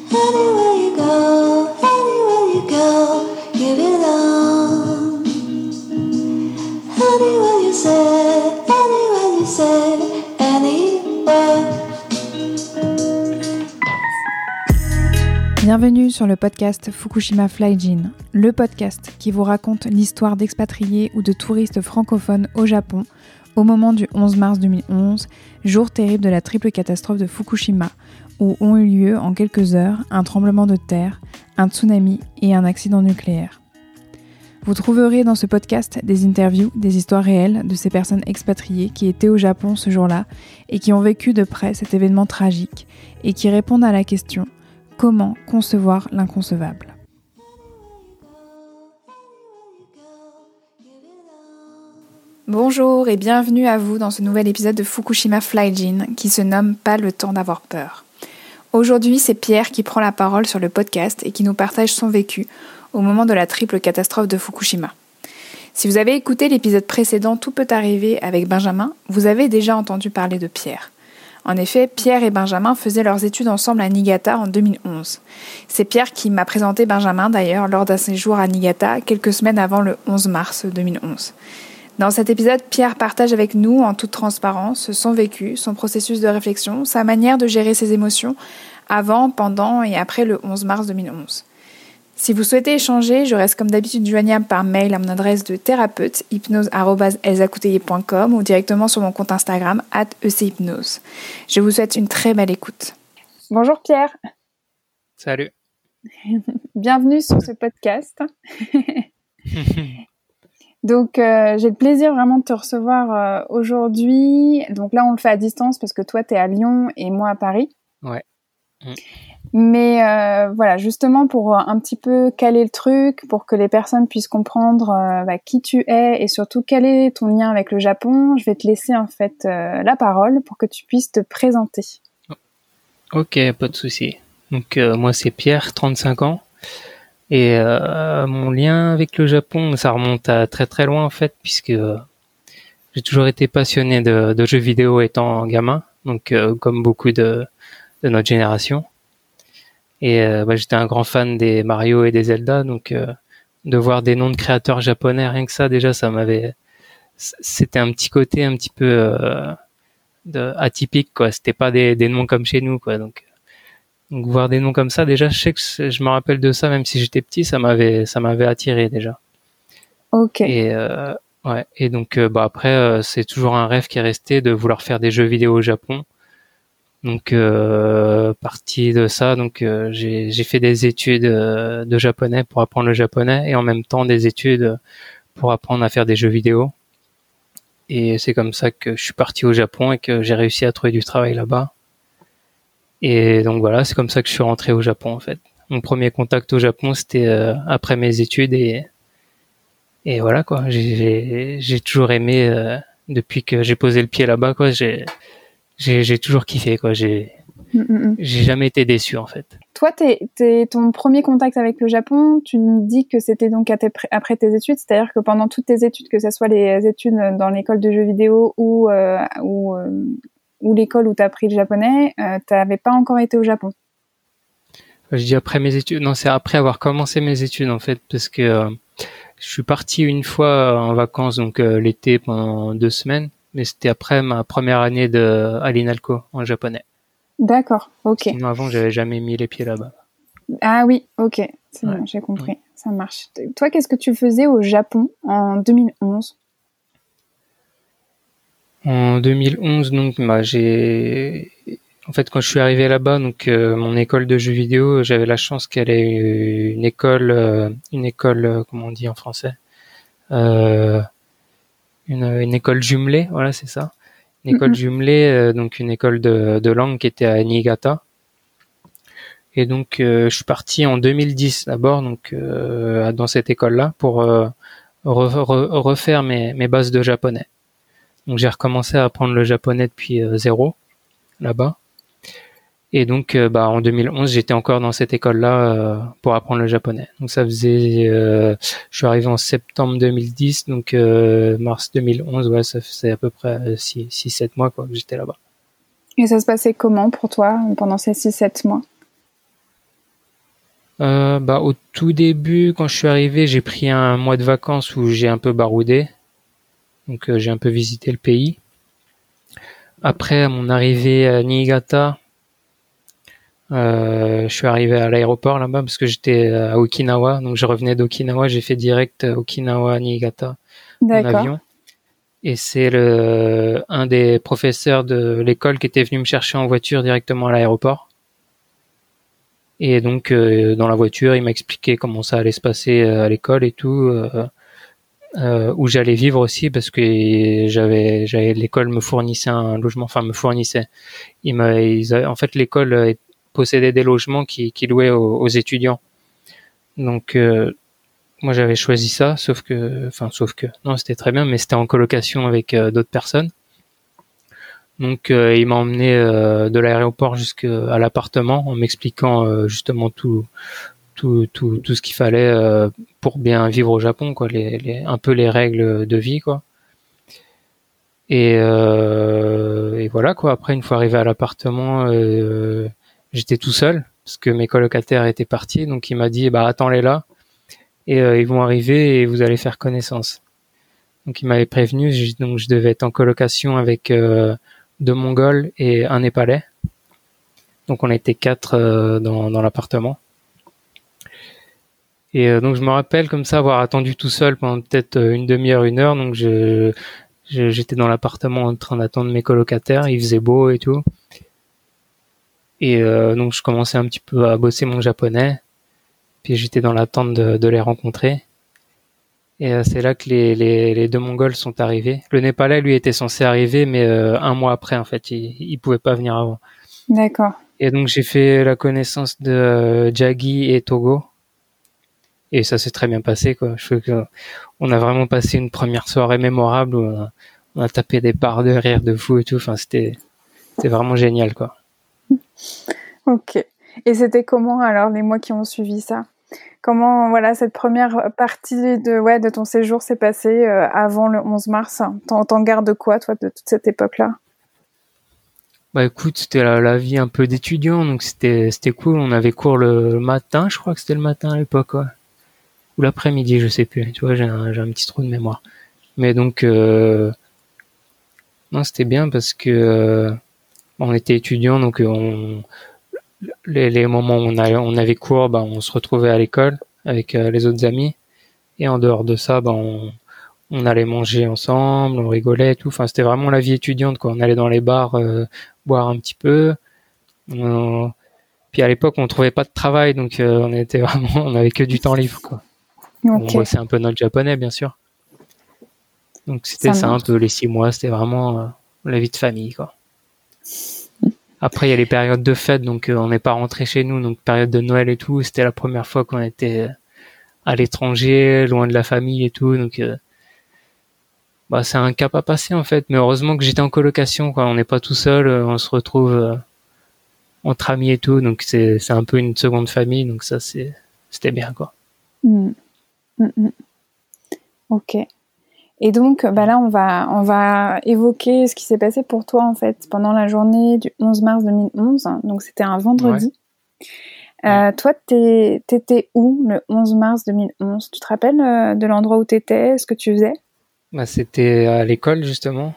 Anywhere you go, you belong. Anywhere you say, anywhere. Bienvenue sur le podcast Fukushima Flyjin, le podcast qui vous raconte l'histoire d'expatriés ou de touristes francophones au Japon au moment du 11 mars 2011, jour terrible de la triple catastrophe de Fukushima, où ont eu lieu en quelques heures un tremblement de terre, un tsunami et un accident nucléaire. Vous trouverez dans ce podcast des interviews, des histoires réelles de ces personnes expatriées qui étaient au Japon ce jour-là et qui ont vécu de près cet événement tragique et qui répondent à la question « Comment concevoir l'inconcevable ?» Bonjour et bienvenue à vous dans ce nouvel épisode de Fukushima Flyjin qui se nomme Pas le temps d'avoir peur. Aujourd'hui, c'est Pierre qui prend la parole sur le podcast et qui nous partage son vécu au moment de la triple catastrophe de Fukushima. Si vous avez écouté l'épisode précédent Tout peut arriver avec Benjamin, vous avez déjà entendu parler de Pierre. En effet, Pierre et Benjamin faisaient leurs études ensemble à Niigata en 2011. C'est Pierre qui m'a présenté Benjamin d'ailleurs lors d'un séjour à Niigata quelques semaines avant le 11 mars 2011. Dans cet épisode, Pierre partage avec nous en toute transparence son vécu, son processus de réflexion, sa manière de gérer ses émotions avant, pendant et après le 11 mars 2011. Si vous souhaitez échanger, je reste comme d'habitude joignable par mail à mon adresse de thérapeute hypnose@elsacoutelier.com ou directement sur mon compte Instagram @echypnose. Je vous souhaite une très belle écoute. Bonjour Pierre. Salut. Bienvenue sur ce podcast. Donc, j'ai le plaisir vraiment de te recevoir aujourd'hui. Donc là, on le fait à distance parce que toi, tu es à Lyon et moi à Paris. Ouais. Mais voilà, justement pour un petit peu caler le truc, pour que les personnes puissent comprendre qui tu es et surtout quel est ton lien avec le Japon, je vais te laisser en fait la parole pour que tu puisses te présenter. Ok, pas de souci. Donc moi c'est Pierre, 35 ans. Et mon lien avec le Japon, ça remonte à très très loin en fait, puisque j'ai toujours été passionné de jeux vidéo étant gamin, donc comme beaucoup de notre génération. Et j'étais un grand fan des Mario et des Zelda, donc de voir des noms de créateurs japonais, rien que ça déjà, c'était un petit côté un petit peu atypique quoi. C'était pas des noms comme chez nous quoi, donc voir des noms comme ça, déjà, je sais que je me rappelle de ça, même si j'étais petit, ça m'avait attiré déjà. Ok. Et ouais. Et donc, après, c'est toujours un rêve qui est resté de vouloir faire des jeux vidéo au Japon. Donc, partie de ça, donc j'ai fait des études de japonais pour apprendre le japonais et en même temps des études pour apprendre à faire des jeux vidéo. Et c'est comme ça que je suis parti au Japon et que j'ai réussi à trouver du travail là-bas. Et donc voilà, c'est comme ça que je suis rentré au Japon en fait. Mon premier contact au Japon, c'était après mes études et voilà quoi. J'ai toujours aimé depuis que j'ai posé le pied là-bas quoi. J'ai toujours kiffé quoi. J'ai jamais été déçu en fait. Toi, ton premier contact avec le Japon, tu me dis que c'était donc après tes études, c'est-à-dire que pendant toutes tes études, que ce soit les études dans l'école de jeux vidéo ou l'école où tu as appris le japonais, tu n'avais pas encore été au Japon. Je dis après mes études. Non, c'est après avoir commencé mes études en fait, parce que je suis parti une fois en vacances, donc l'été pendant 2 semaines, mais c'était après ma première année à l'INALCO en japonais. D'accord, ok. Sinon avant, j'avais jamais mis les pieds là-bas. Ah oui, ok, c'est bon, j'ai compris, ça marche. Toi, qu'est-ce que tu faisais au Japon en 2011 ? En 2011, donc, en fait, quand je suis arrivé là-bas, donc, mon école de jeux vidéo, j'avais la chance qu'elle ait une école, comment on dit en français, une école jumelée, voilà, c'est ça. Une école jumelée, donc une école de langue qui était à Niigata. Et donc, je suis parti en 2010 d'abord, donc, dans cette école-là pour refaire mes bases de japonais. Donc j'ai recommencé à apprendre le japonais depuis zéro là-bas. Et donc en 2011, j'étais encore dans cette école-là pour apprendre le japonais. Donc ça faisait je suis arrivé en septembre 2010, donc mars 2011, ouais, ça faisait à peu près 6-7 mois quoi que j'étais là-bas. Et ça se passait comment pour toi pendant ces 6-7 mois ? Au tout début, quand je suis arrivé, j'ai pris un mois de vacances où j'ai un peu baroudé. Donc j'ai un peu visité le pays. Après, à mon arrivée à Niigata, je suis arrivé à l'aéroport là-bas parce que j'étais à Okinawa. Donc je revenais d'Okinawa, j'ai fait direct Okinawa-Niigata en D'accord. avion. Et c'est un des professeurs de l'école qui était venu me chercher en voiture directement à l'aéroport. Et donc dans la voiture, il m'a expliqué comment ça allait se passer à l'école et tout, où j'allais vivre aussi parce que l'école me fournissait un logement, enfin me fournissait. En fait, l'école possédait des logements qui louaient aux étudiants. Donc moi j'avais choisi ça, sauf que, non, c'était très bien, mais c'était en colocation avec d'autres personnes. Donc il m'a emmené de l'aéroport jusqu'à l'appartement en m'expliquant justement tout ce qu'il fallait pour bien vivre au Japon, quoi, un peu les règles de vie, quoi. Et voilà, quoi. Après, une fois arrivé à l'appartement, j'étais tout seul parce que mes colocataires étaient partis. Donc il m'a dit, bah attends-les là et ils vont arriver et vous allez faire connaissance. Donc il m'avait prévenu. Donc je devais être en colocation avec deux Mongols et un Népalais. Donc on était quatre dans l'appartement. Et donc je me rappelle comme ça avoir attendu tout seul pendant peut-être une demi-heure, une heure. Donc j'étais dans l'appartement en train d'attendre mes colocataires. Il faisait beau et tout. Et donc je commençais un petit peu à bosser mon japonais. Puis j'étais dans l'attente de les rencontrer. Et c'est là que les deux Mongols sont arrivés. Le Népalais, lui, était censé arriver, mais un mois après, en fait. Il pouvait pas venir avant. D'accord. Et donc j'ai fait la connaissance de Jagi et Togo. Et ça s'est très bien passé, quoi. Je trouve qu'on a vraiment passé une première soirée mémorable où on a tapé des barres de rire de fou et tout. Enfin, c'était vraiment génial, quoi. Ok. Et c'était comment alors les mois qui ont suivi ça? Comment voilà cette première partie de ton séjour s'est passée avant le 11 mars? T'en gardes quoi toi de toute cette époque-là? Bah écoute, c'était la vie un peu d'étudiant, donc c'était cool. On avait cours le matin, je crois que c'était le matin à l'époque, ouais. Ou l'après-midi, je sais plus. Tu vois, j'ai un petit trou de mémoire. Mais donc non, c'était bien parce que on était étudiants, donc les moments où on avait cours, bah on se retrouvait à l'école avec les autres amis. Et en dehors de ça, bah on allait manger ensemble, on rigolait et tout. Enfin, c'était vraiment la vie étudiante, quoi. On allait dans les bars boire un petit peu. Puis à l'époque, on trouvait pas de travail, donc on avait que du temps libre, quoi. On Ok. bossait un peu notre japonais, bien sûr. Donc c'était ça un peu les 6 mois. C'était vraiment la vie de famille, quoi. Après, il y a les périodes de fête, donc on n'est pas rentré chez nous, donc période de Noël et tout. C'était la première fois qu'on était à l'étranger, loin de la famille et tout, donc c'est un cap à passer en fait. Mais heureusement que j'étais en colocation, quoi. On n'est pas tout seul, on se retrouve entre amis et tout, donc c'est un peu une seconde famille, donc ça c'était bien, quoi. Mm. Mm, mm. Ok. Et donc, là, on va évoquer ce qui s'est passé pour toi, en fait, pendant la journée du 11 mars 2011. Donc, c'était un vendredi. Ouais. Toi, t'étais où le 11 mars 2011? Tu te rappelles de l'endroit où t'étais, ce que tu faisais? C'était à l'école, justement.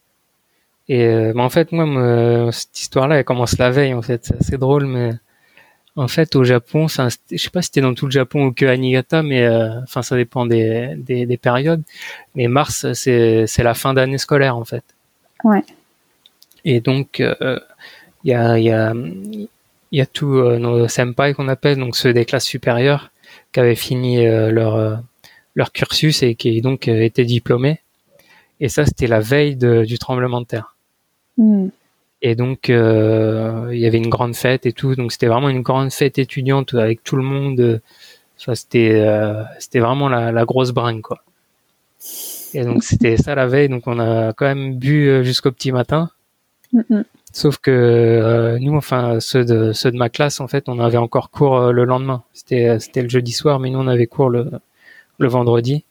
Et en fait, moi, cette histoire-là, elle commence la veille, en fait. C'est assez drôle, mais en fait, au Japon, je sais pas si c'était dans tout le Japon ou que à Niigata, mais ça dépend des périodes. Mais mars, c'est la fin d'année scolaire, en fait. Ouais. Et donc, il y a tous nos senpai qu'on appelle, donc ceux des classes supérieures, qui avaient fini leur cursus et qui donc étaient diplômés. Et ça, c'était la veille du tremblement de terre. Mm. Et donc, il y avait une grande fête et tout. Donc, c'était vraiment une grande fête étudiante avec tout le monde. C'était vraiment la grosse bringue, quoi. Et donc, c'était ça la veille. Donc, on a quand même bu jusqu'au petit matin. Mm-mm. Sauf que nous, enfin, ceux de ma classe, en fait, on avait encore cours le lendemain. C'était le jeudi soir, mais nous, on avait cours le vendredi.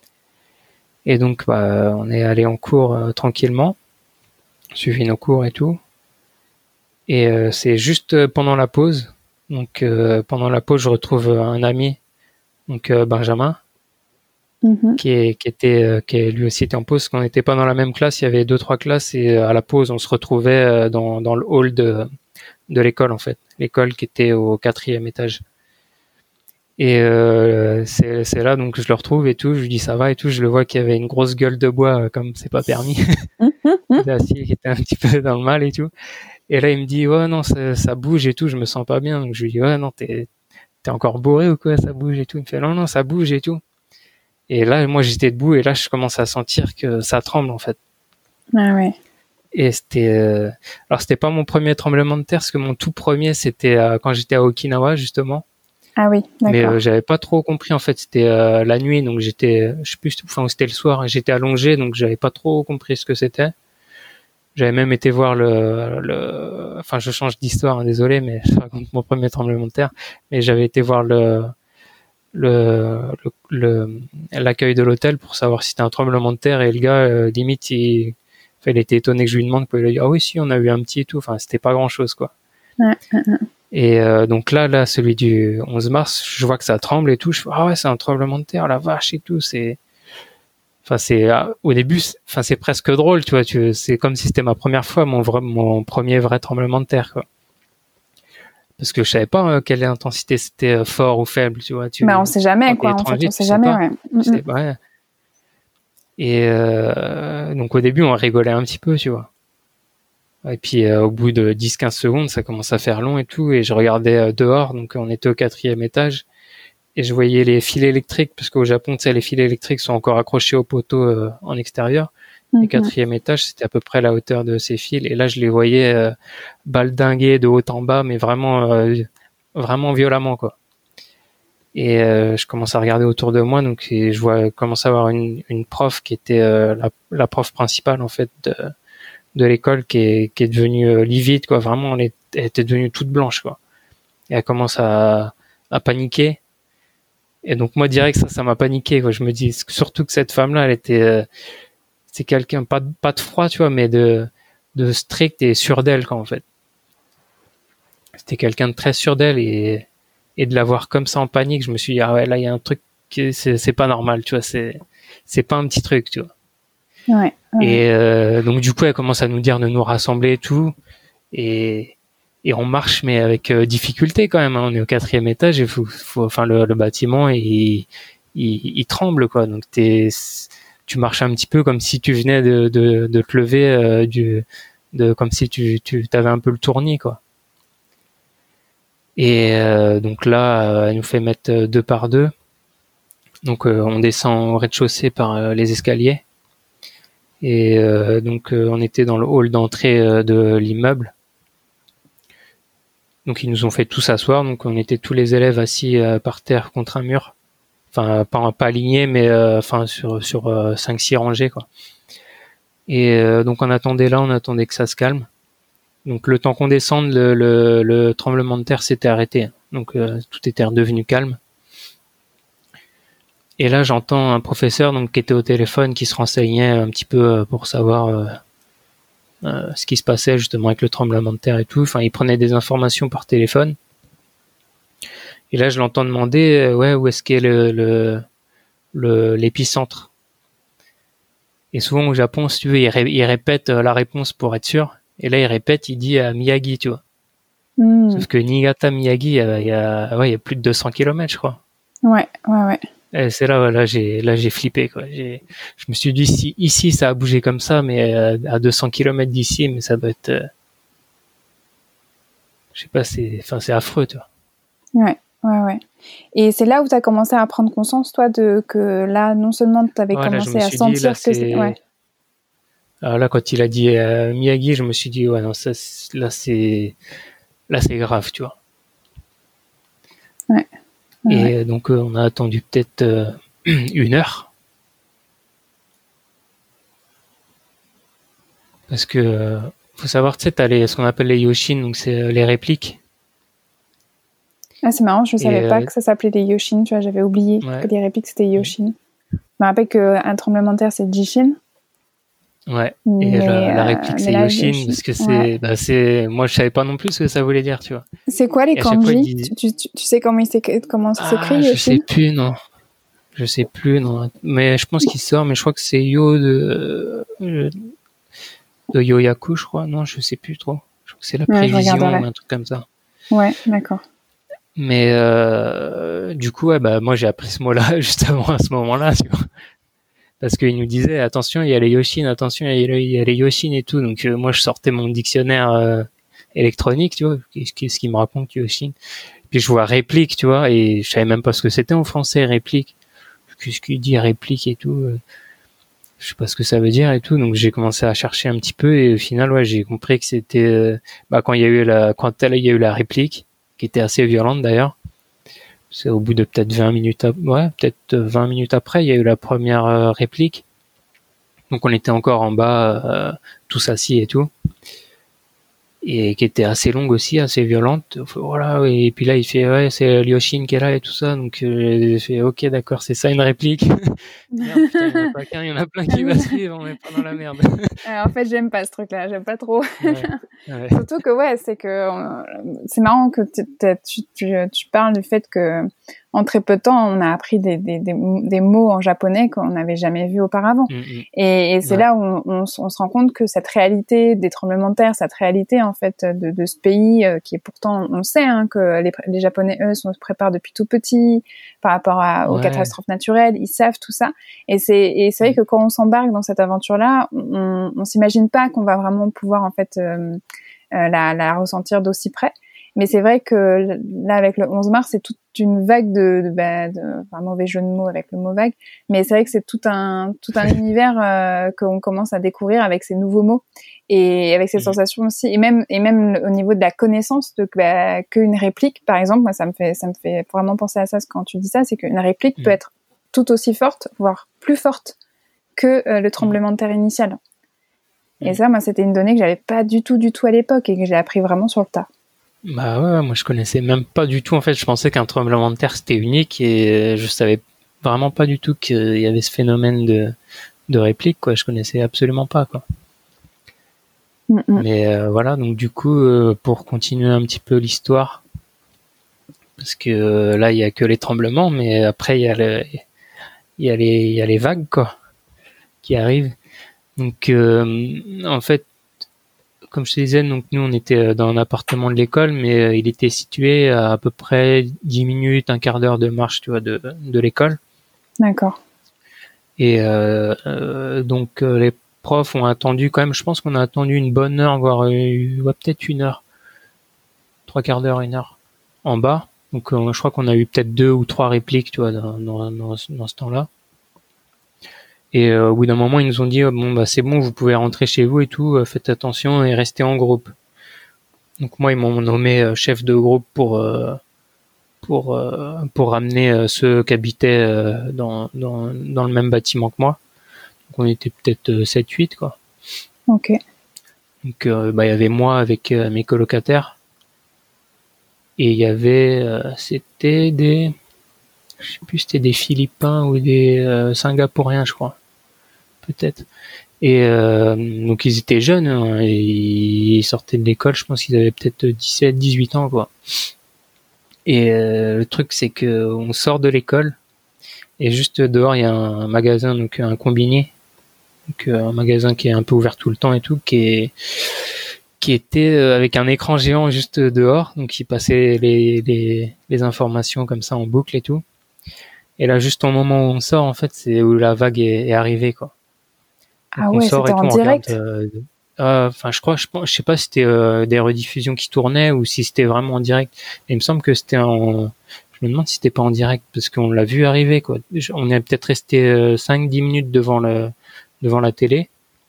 Et donc, on est allé en cours tranquillement, suivi nos cours et tout. Et c'est juste pendant la pause, Donc pendant la pause, je retrouve un ami, donc Benjamin, qui lui aussi était en pause. Parce qu'on n'était pas dans la même classe, il y avait 2-3 classes et à la pause, on se retrouvait dans le hall de l'école en fait, l'école qui était au 4e étage. Et c'est là donc je le retrouve et tout, je lui dis ça va et tout, je le vois qu'il y avait une grosse gueule de bois comme c'est pas permis. Il était assis, il était un petit peu dans le mal et tout. Et là il me dit ouais non ça bouge et tout, je me sens pas bien. Donc je lui dis ouais non t'es encore bourré ou quoi, ça bouge et tout. Il me fait non ça bouge et tout. Et là moi j'étais debout et là je commence à sentir que ça tremble en fait. Ah ouais. Et alors c'était pas mon premier tremblement de terre, parce que mon tout premier c'était quand j'étais à Okinawa justement. Ah oui, d'accord. Mais j'avais pas trop compris en fait, c'était la nuit, donc j'étais, je sais plus, enfin c'était le soir, j'étais allongé, donc j'avais pas trop compris ce que c'était. J'avais même été voir enfin je change d'histoire, hein, désolé, mais je raconte mon premier tremblement de terre. Mais j'avais été voir l'accueil de l'hôtel pour savoir si c'était un tremblement de terre, et le gars limite il était étonné que je lui demande, quoi. Il a dit ah oui si on a eu un petit et tout, enfin c'était pas grand chose quoi. Et donc là celui du 11 mars, je vois que ça tremble et tout, je fais ah ouais c'est un tremblement de terre, la vache et tout, au début c'est presque drôle, tu vois, c'est comme si c'était ma première fois, mon premier vrai tremblement de terre quoi. Parce que je savais pas quelle intensité c'était, fort ou faible, tu vois. Mais on sait jamais quoi, en fait, on sait jamais, ouais. Ouais. Et donc au début on rigolait un petit peu, tu vois. Et puis au bout de 10-15 secondes, ça commence à faire long et tout, et je regardais dehors, donc on était au 4e étage, et je voyais les fils électriques, parce qu'au Japon, tu sais, les fils électriques sont encore accrochés au poteau en extérieur. Le 4e étage, c'était à peu près la hauteur de ces fils, et là je les voyais baldinguer de haut en bas, mais vraiment violemment, quoi. Et je commence à regarder autour de moi, donc je commence à avoir une prof qui était la prof principale en fait de l'école, qui est devenue livide, quoi. Vraiment, elle était devenue toute blanche, quoi. Et elle commence à paniquer. Et donc moi direct ça m'a paniqué, quoi. Je me dis surtout que cette femme-là, elle était c'est quelqu'un pas de froid, tu vois, mais de strict et sûr d'elle, quoi, en fait. C'était quelqu'un de très sûr d'elle, et de la voir comme ça en panique, je me suis dit ah ouais là il y a un truc c'est pas normal, tu vois, c'est pas un petit truc, tu vois. Ouais. Et donc du coup elle commence à nous dire de nous rassembler et tout, et on marche mais avec difficulté quand même, hein. On est au 4e étage et enfin le bâtiment il tremble, quoi. Donc tu marches un petit peu comme si tu venais de te lever comme si tu t'avais un peu le tournis, quoi. Et donc là elle nous fait mettre 2 par 2. Donc on descend au rez-de-chaussée par les escaliers. Et donc on était dans le hall d'entrée de l'immeuble. Donc ils nous ont fait tous asseoir, donc on était tous les élèves assis par terre contre un mur. Enfin pas alignés, mais enfin sur 5-6 rangées, quoi. Et donc on attendait que ça se calme. Donc le temps qu'on descende, le tremblement de terre s'était arrêté. Donc tout était redevenu calme. Et là, j'entends un professeur donc qui était au téléphone, qui se renseignait un petit peu pour savoir ce qui se passait justement avec le tremblement de terre et tout. Enfin, il prenait des informations par téléphone. Et là, je l'entends demander ouais, où est-ce qu'est l'épicentre. Et souvent au Japon, si tu veux, il répète la réponse pour être sûr. Et là, il dit à Miyagi, tu vois. Sauf que Niigata, Miyagi, il y a plus de 200 km, je crois. Ouais. Et c'est là j'ai flippé, quoi. Je me suis dit, si ici ça a bougé comme ça, mais à 200 km d'ici, mais ça doit être, je sais pas, c'est affreux, tu vois. Ouais. Et c'est là où tu as commencé à prendre conscience, toi, que là, non seulement tu avais commencé à sentir que c'est... Ouais. Alors là, quand il a dit Miyagi, je me suis dit, ouais, non, là, c'est grave, tu vois. Ouais. Et donc, on a attendu peut-être 1 heure. Parce que, faut savoir, tu sais, t'as ce qu'on appelle les Yoshin, donc c'est les répliques. Ah, c'est marrant, je savais pas que ça s'appelait des Yoshin, tu vois, j'avais oublié que les répliques c'était Yoshin. Je me rappelle qu'un tremblement de terre c'est Jishin. Ouais. Et Mais, la réplique, mais c'est là, Yoshin, parce que ouais. moi, je savais pas non plus ce que ça voulait dire, tu vois. C'est quoi les Et à chaque fois, il kanji? disait, Tu sais comment ça s'écrit, je sais Yoshin? plus, non. Je sais plus, non. Mais je pense qu'il sort, mais je crois que c'est Yo de Yoyaku, je crois. Non, je sais plus trop. Je crois que c'est la Ouais, je prévision regarderai. ou un truc comme ça. Ouais, d'accord. Mais du coup, ouais, bah moi j'ai appris ce mot-là juste avant à ce moment-là, tu vois. Parce qu'il nous disait attention, il y a les Yoshin, attention, il y a les Yoshin et tout. Donc moi je sortais mon dictionnaire électronique, tu vois, qu'est-ce qu'il me raconte Yoshin. Puis je vois réplique, tu vois, et je savais même pas ce que c'était en français réplique. Qu'est-ce qu'il dit réplique et tout. Je sais pas ce que ça veut dire et tout. Donc j'ai commencé à chercher un petit peu et au final, ouais, j'ai compris que c'était quand il y a eu la réplique, qui était assez violente d'ailleurs. C'est au bout de peut-être 20 minutes, peut-être 20 minutes après, il y a eu la première réplique. Donc on était encore en bas, tous assis et tout. Et qui était assez longue aussi, assez violente. Voilà, et puis là il fait ouais, c'est Lyoshin qui est là et tout ça. Donc j'ai fait ok, d'accord, c'est ça une réplique. Merde, putain, il y en a pas qu'un, il y en a plein qui va suivre, on est pas dans la merde. En fait, j'aime pas ce truc-là, j'aime pas trop. Ouais, ouais. Surtout que ouais, c'est que c'est marrant que tu parles du fait que en très peu de temps, on a appris des mots en japonais qu'on n'avait jamais vus auparavant. Et c'est là où on se rend compte que cette réalité des tremblements de terre, cette réalité en fait de ce pays qui est pourtant, on sait que les Japonais eux se préparent depuis tout petit par rapport aux catastrophes naturelles, ils savent tout ça. Et c'est vrai que quand on s'embarque dans cette aventure-là, on s'imagine pas qu'on va vraiment pouvoir en fait la ressentir d'aussi près. Mais c'est vrai que là, avec le 11 mars, c'est toute une vague un mauvais jeu de mots avec le mot vague, mais c'est vrai que c'est tout un univers qu'on commence à découvrir avec ces nouveaux mots et avec ces sensations aussi, et même au niveau de la connaissance qu'une réplique, par exemple, moi ça me fait vraiment penser à ça quand tu dis ça, c'est qu'une réplique peut être tout aussi forte, voire plus forte que le tremblement de terre initial. Et ça, moi, c'était une donnée que j'avais pas du tout à l'époque et que j'ai appris vraiment sur le tas. Bah ouais, moi je connaissais même pas du tout. En fait, je pensais qu'un tremblement de terre c'était unique et je savais vraiment pas du tout qu'il y avait ce phénomène de réplique, quoi. Je connaissais absolument pas, quoi. Mais voilà, donc du coup, pour continuer un petit peu l'histoire, parce que là il y a que les tremblements, mais après il y a les vagues, quoi, qui arrivent. Donc en fait, comme je te disais, donc nous on était dans un appartement de l'école, mais il était situé à peu près 10 minutes, un quart d'heure de marche, tu vois, de l'école. D'accord. Et donc les profs ont attendu quand même, je pense qu'on a attendu une bonne heure, voire peut-être une heure, 3/4 d'heure, une heure en bas. Donc je crois qu'on a eu peut-être 2 ou 3 répliques, tu vois, dans ce temps-là. Et au bout d'un moment, ils nous ont dit bon bah c'est bon, vous pouvez rentrer chez vous et tout, faites attention et restez en groupe. Donc moi ils m'ont nommé chef de groupe pour ramener ceux qui habitaient dans le même bâtiment que moi. Donc on était peut-être 7-8 quoi. OK. Donc il y avait moi avec mes colocataires et il y avait c'était des Philippins ou des Singapouriens je crois. Peut-être. Et donc ils étaient jeunes, hein, et ils sortaient de l'école, je pense qu'ils avaient peut-être 17, 18 ans, quoi. Et le truc c'est que on sort de l'école et juste dehors il y a un magasin, donc un combiné, donc un magasin qui est un peu ouvert tout le temps et tout, qui était avec un écran géant juste dehors, donc il passait les informations comme ça en boucle et tout. Et là juste au moment où on sort, en fait, c'est où la vague est arrivée, quoi. Donc ah on ouais, sort c'était et tout, en on regarde. direct. Enfin, je sais pas si c'était des rediffusions qui tournaient ou si c'était vraiment en direct. Et il me semble que c'était je me demande si c'était pas en direct parce qu'on l'a vu arriver, quoi. On est peut-être resté 5-10 minutes devant la télé.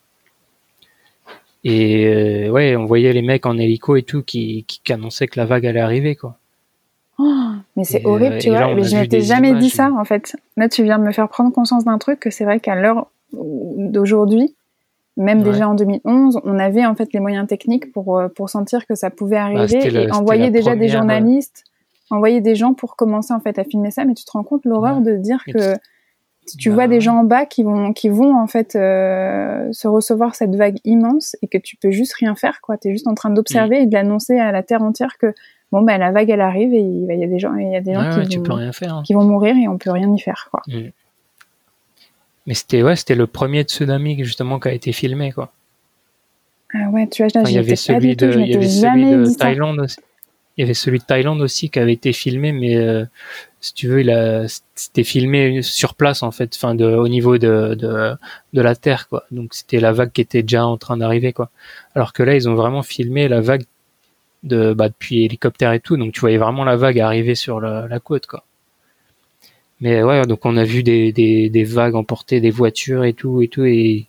Et ouais, on voyait les mecs en hélico et tout qui annonçaient que la vague allait arriver, quoi. Oh, mais c'est horrible, tu et là, vois. on Mais a je vu m'étais des jamais dit images. ça, en fait. Là, tu viens de me faire prendre conscience d'un truc que c'est vrai qu'à l'heure d'aujourd'hui, même déjà en 2011, on avait en fait les moyens techniques pour sentir que ça pouvait arriver et envoyer déjà des journalistes, envoyer des gens pour commencer en fait à filmer ça. Mais tu te rends compte l'horreur de dire que Si tu vois des gens en bas qui vont en fait se recevoir cette vague immense et que tu peux juste rien faire, quoi. T'es juste en train d'observer et de l'annoncer à la terre entière que bon, ben la vague elle arrive et il y a des gens qui vont mourir et on peut rien y faire, quoi. Mais c'était le premier tsunami justement qui a été filmé, quoi. Ah ouais, tu vois, là, il y avait celui de Thaïlande aussi. Il y avait celui de Thaïlande aussi qui avait été filmé, mais si tu veux, c'était filmé sur place en fait, au niveau de la terre, quoi. Donc c'était la vague qui était déjà en train d'arriver, quoi. Alors que là, ils ont vraiment filmé la vague depuis hélicoptère et tout, donc tu voyais vraiment la vague arriver sur la côte, quoi. Mais ouais, donc on a vu des vagues emporter des voitures et tout, et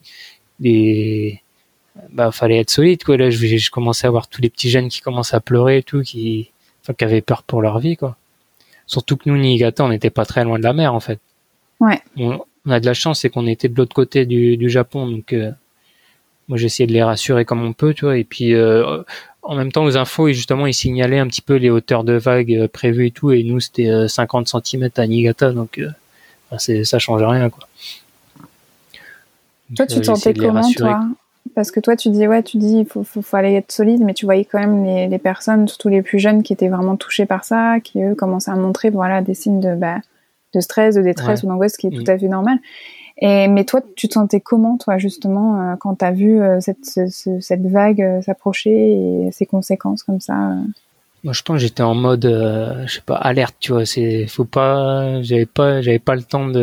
fallait être solide, quoi. Là, je commençais à voir tous les petits jeunes qui commençaient à pleurer et tout, qui avaient peur pour leur vie, quoi. Surtout que nous, Niigata, on n'était pas très loin de la mer, en fait. Ouais. On a de la chance, c'est qu'on était de l'autre côté du Japon, donc moi j'essayais de les rassurer comme on peut, tu vois. Et puis en même temps, aux infos, justement, ils signalaient un petit peu les hauteurs de vagues prévues et tout, et nous c'était 50 cm à Niigata, donc ça change rien, quoi. Donc, toi, tu te sentais comment, toi? Parce que toi, tu dis il faut aller être solide, mais tu voyais quand même les personnes, surtout les plus jeunes, qui étaient vraiment touchées par ça, qui eux commençaient à montrer, des signes de stress, de détresse ou d'angoisse, ce qui est tout à fait normal. Mais toi, tu te sentais comment, toi, justement, quand t'as vu cette vague s'approcher et ses conséquences comme ça? Moi, je pense que j'étais en mode, je sais pas, alerte, tu vois. J'avais pas le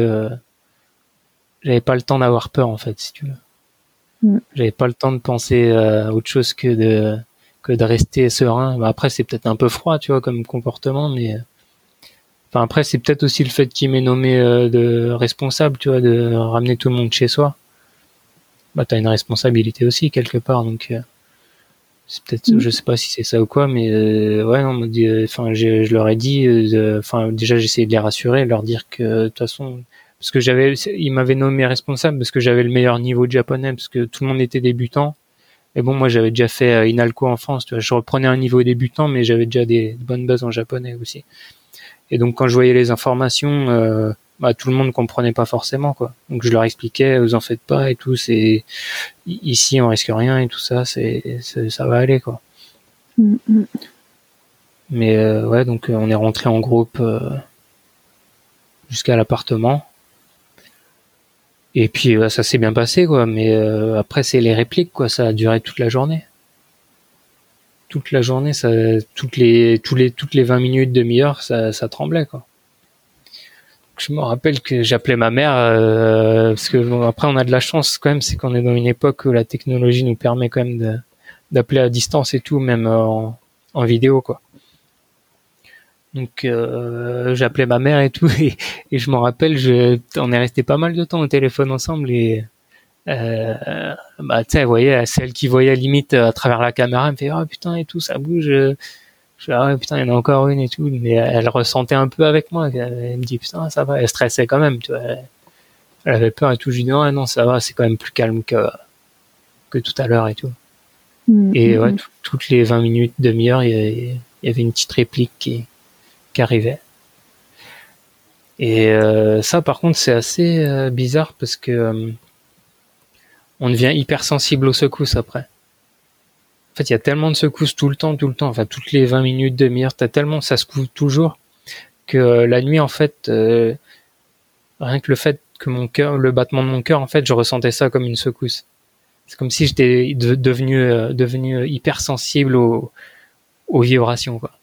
temps d'avoir peur, en fait, si tu veux. J'avais pas le temps de penser à autre chose que de rester serein. Après, c'est peut-être un peu froid, tu vois, comme comportement, mais après, c'est peut-être aussi le fait qu'il m'ait nommé de responsable, tu vois, de ramener tout le monde chez soi. T'as une responsabilité aussi quelque part, donc c'est peut-être, je sais pas si c'est ça ou quoi, mais ouais, non, je leur ai dit, déjà j'essayais de les rassurer, leur dire que de toute façon, parce que ils m'avaient nommé responsable parce que j'avais le meilleur niveau de japonais, parce que tout le monde était débutant. Et bon, moi j'avais déjà fait Inalco en France, tu vois, je reprenais un niveau débutant, mais j'avais déjà des bonnes bases en japonais aussi. Et donc quand je voyais les informations, tout le monde comprenait pas forcément, quoi. Donc je leur expliquais, vous en faites pas et tout, c'est ici on risque rien et tout ça, ça va aller, quoi. Mais ouais, donc on est rentré en groupe jusqu'à l'appartement. Et puis ça s'est bien passé, quoi. Mais après c'est les répliques, quoi. Ça a duré toute la journée. Toute la journée, toutes les 20 minutes, demi-heure, ça tremblait, quoi. Je me rappelle que j'appelais ma mère parce que après on a de la chance quand même, c'est qu'on est dans une époque où la technologie nous permet quand même d'appeler à distance et tout, même en vidéo, quoi. Donc j'appelais ma mère et tout, et je m'en rappelle, on est resté pas mal de temps au téléphone ensemble, et tu sais, elle voyait, celle qui voyait limite à travers la caméra, elle me fait oh putain et tout, ça bouge. Je dis, ah ouais, putain, il y en a encore une et tout, mais elle ressentait un peu avec moi. Elle me dit, putain, ça va. Elle stressait quand même, tu vois. Elle avait peur et tout. Je lui dis, non, ça va, c'est quand même plus calme que tout à l'heure et tout. Et ouais, toutes les 20 minutes, demi-heure, il y avait une petite réplique qui arrivait. Et ça, par contre, c'est assez bizarre parce que on devient hypersensible aux secousses après. En fait, il y a tellement de secousses tout le temps, enfin toutes les 20 minutes, demi-heure, ça secoue toujours, que la nuit, en fait, rien que le fait que le battement de mon cœur, en fait, je ressentais ça comme une secousse. C'est comme si j'étais devenu hypersensible aux vibrations, quoi.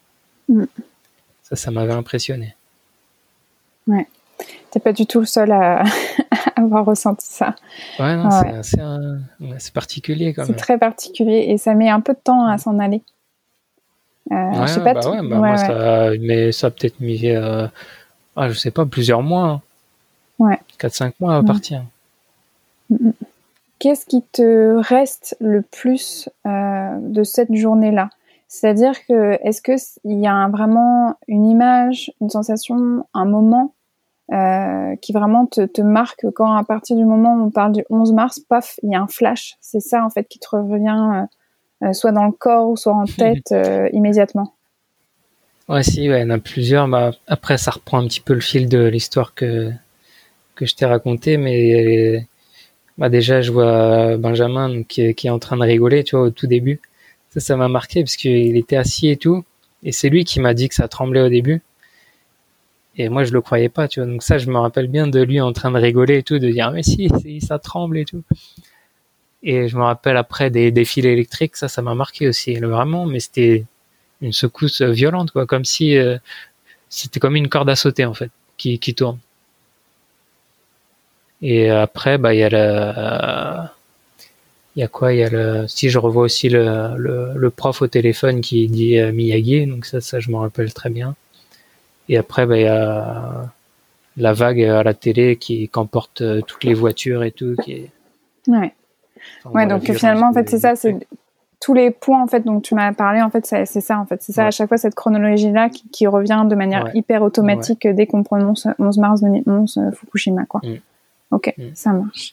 Ça m'avait impressionné. Ouais. T'es pas du tout le seul à avoir ressenti ça. Ouais, non, c'est particulier quand même. C'est très particulier et ça met un peu de temps à s'en aller. Moi ça a peut-être mis, je sais pas, plusieurs mois. Ouais. 4-5 mois à partir. Qu'est-ce qui te reste le plus de cette journée-là ? C'est-à-dire que, est-ce qu'il y a vraiment une image, une sensation, un moment qui vraiment te marque quand à partir du moment où on parle du 11 mars, paf, il y a un flash. C'est ça en fait qui te revient soit dans le corps ou soit en tête immédiatement. Ouais, si, ouais, il y en a plusieurs. Après, ça reprend un petit peu le fil de l'histoire que que je t'ai raconté, mais déjà je vois Benjamin donc, qui est en train de rigoler, tu vois, au tout début. Ça m'a marqué parce qu'il était assis et tout, et c'est lui qui m'a dit que ça tremblait au début. Et moi je le croyais pas, tu vois. Donc ça, je me rappelle bien de lui en train de rigoler et tout, de dire mais si, ça tremble et tout. Et je me rappelle après des fils électriques, ça m'a marqué aussi, vraiment. Mais c'était une secousse violente, quoi, comme si c'était comme une corde à sauter en fait, qui tourne. Et après, il y a si je revois aussi le prof au téléphone qui dit Miyagi, donc ça je me rappelle très bien. Et après, il y a la vague à la télé qui emporte toutes les voitures et tout. Ouais. Ouais, donc finalement, en fait, c'est ça, c'est tous les points en fait dont tu m'as parlé. En fait, c'est ça, en fait, c'est ça à chaque fois cette chronologie-là qui revient de manière hyper automatique dès qu'on prononce 11 mars 2011 Fukushima, quoi. Ok, ça marche.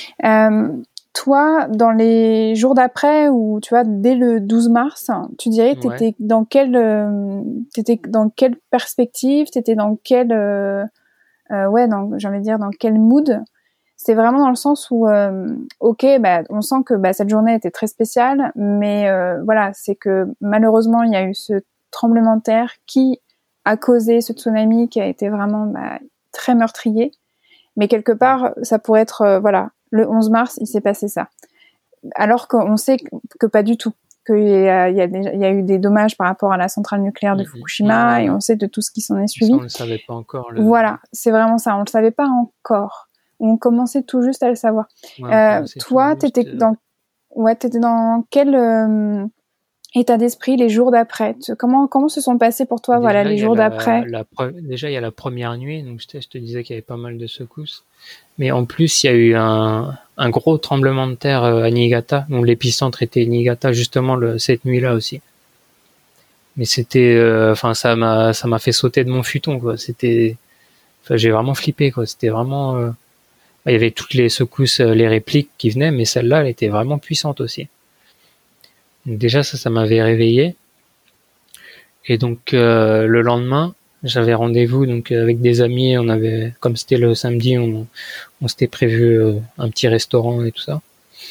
Toi, dans les jours d'après, ou tu vois, dès le 12 mars, tu dirais, t'étais dans quelle perspective, t'étais dans quel, j'ai envie de dire, dans quel mood? C'était vraiment dans le sens où, on sent que cette journée était très spéciale, mais voilà, c'est que malheureusement, il y a eu ce tremblement de terre qui a causé ce tsunami qui a été vraiment très meurtrier. Mais quelque part, ça pourrait être, le 11 mars, il s'est passé ça. Alors qu'on sait que pas du tout, qu'il y a eu des dommages par rapport à la centrale nucléaire de Fukushima, et on sait de tout ce qui s'en est suivi. Ça, on le savait pas encore. Voilà, c'est vraiment ça, on le savait pas encore. On commençait tout juste à le savoir. Toi, t'étais dans quel état d'esprit les jours d'après? Comment se sont passés pour toi, déjà, les jours d'après? Déjà, il y a la première nuit, donc je te disais qu'il y avait pas mal de secousses. Mais en plus, il y a eu un gros tremblement de terre à Niigata, donc l'épicentre était Niigata justement cette nuit-là aussi. Mais c'était, ça m'a fait sauter de mon futon, quoi. J'ai vraiment flippé, quoi. C'était vraiment, il y avait toutes les secousses, les répliques qui venaient, mais celle-là, elle était vraiment puissante aussi. Donc déjà, ça m'avait réveillé. Et donc, le lendemain, j'avais rendez-vous donc avec des amis. Comme c'était le samedi, on s'était prévu un petit restaurant et tout ça.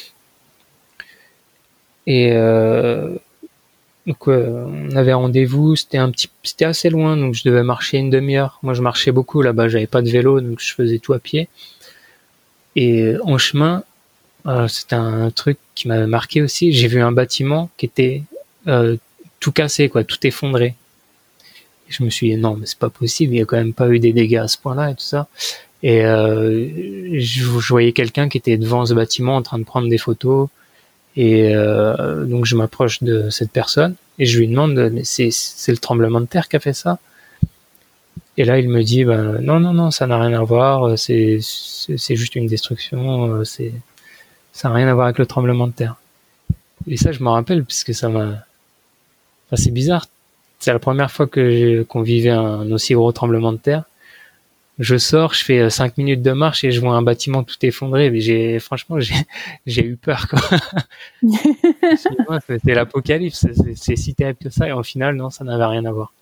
Et donc on avait rendez-vous. C'était assez loin, donc je devais marcher une demi-heure. Moi, je marchais beaucoup là-bas. J'avais pas de vélo, donc je faisais tout à pied. Et en chemin, c'était un truc qui m'avait marqué aussi. J'ai vu un bâtiment qui était tout cassé, quoi, tout effondré. Et je me suis dit non, mais c'est pas possible. Il y a quand même pas eu des dégâts à ce point-là et tout ça. Et je voyais quelqu'un qui était devant ce bâtiment en train de prendre des photos. Et donc je m'approche de cette personne et je lui demande mais c'est le tremblement de terre qui a fait ça? Et là il me dit non, ça n'a rien à voir, c'est juste une destruction, ça n'a rien à voir avec le tremblement de terre. Et ça je m'en rappelle parce que c'est bizarre, c'est la première fois qu'on vivait un aussi gros tremblement de terre. Je sors, je fais 5 minutes de marche et je vois un bâtiment tout effondré. Mais j'ai eu peur, quoi. C'était l'apocalypse. C'est si terrible que ça. Et au final, non, ça n'avait rien à voir.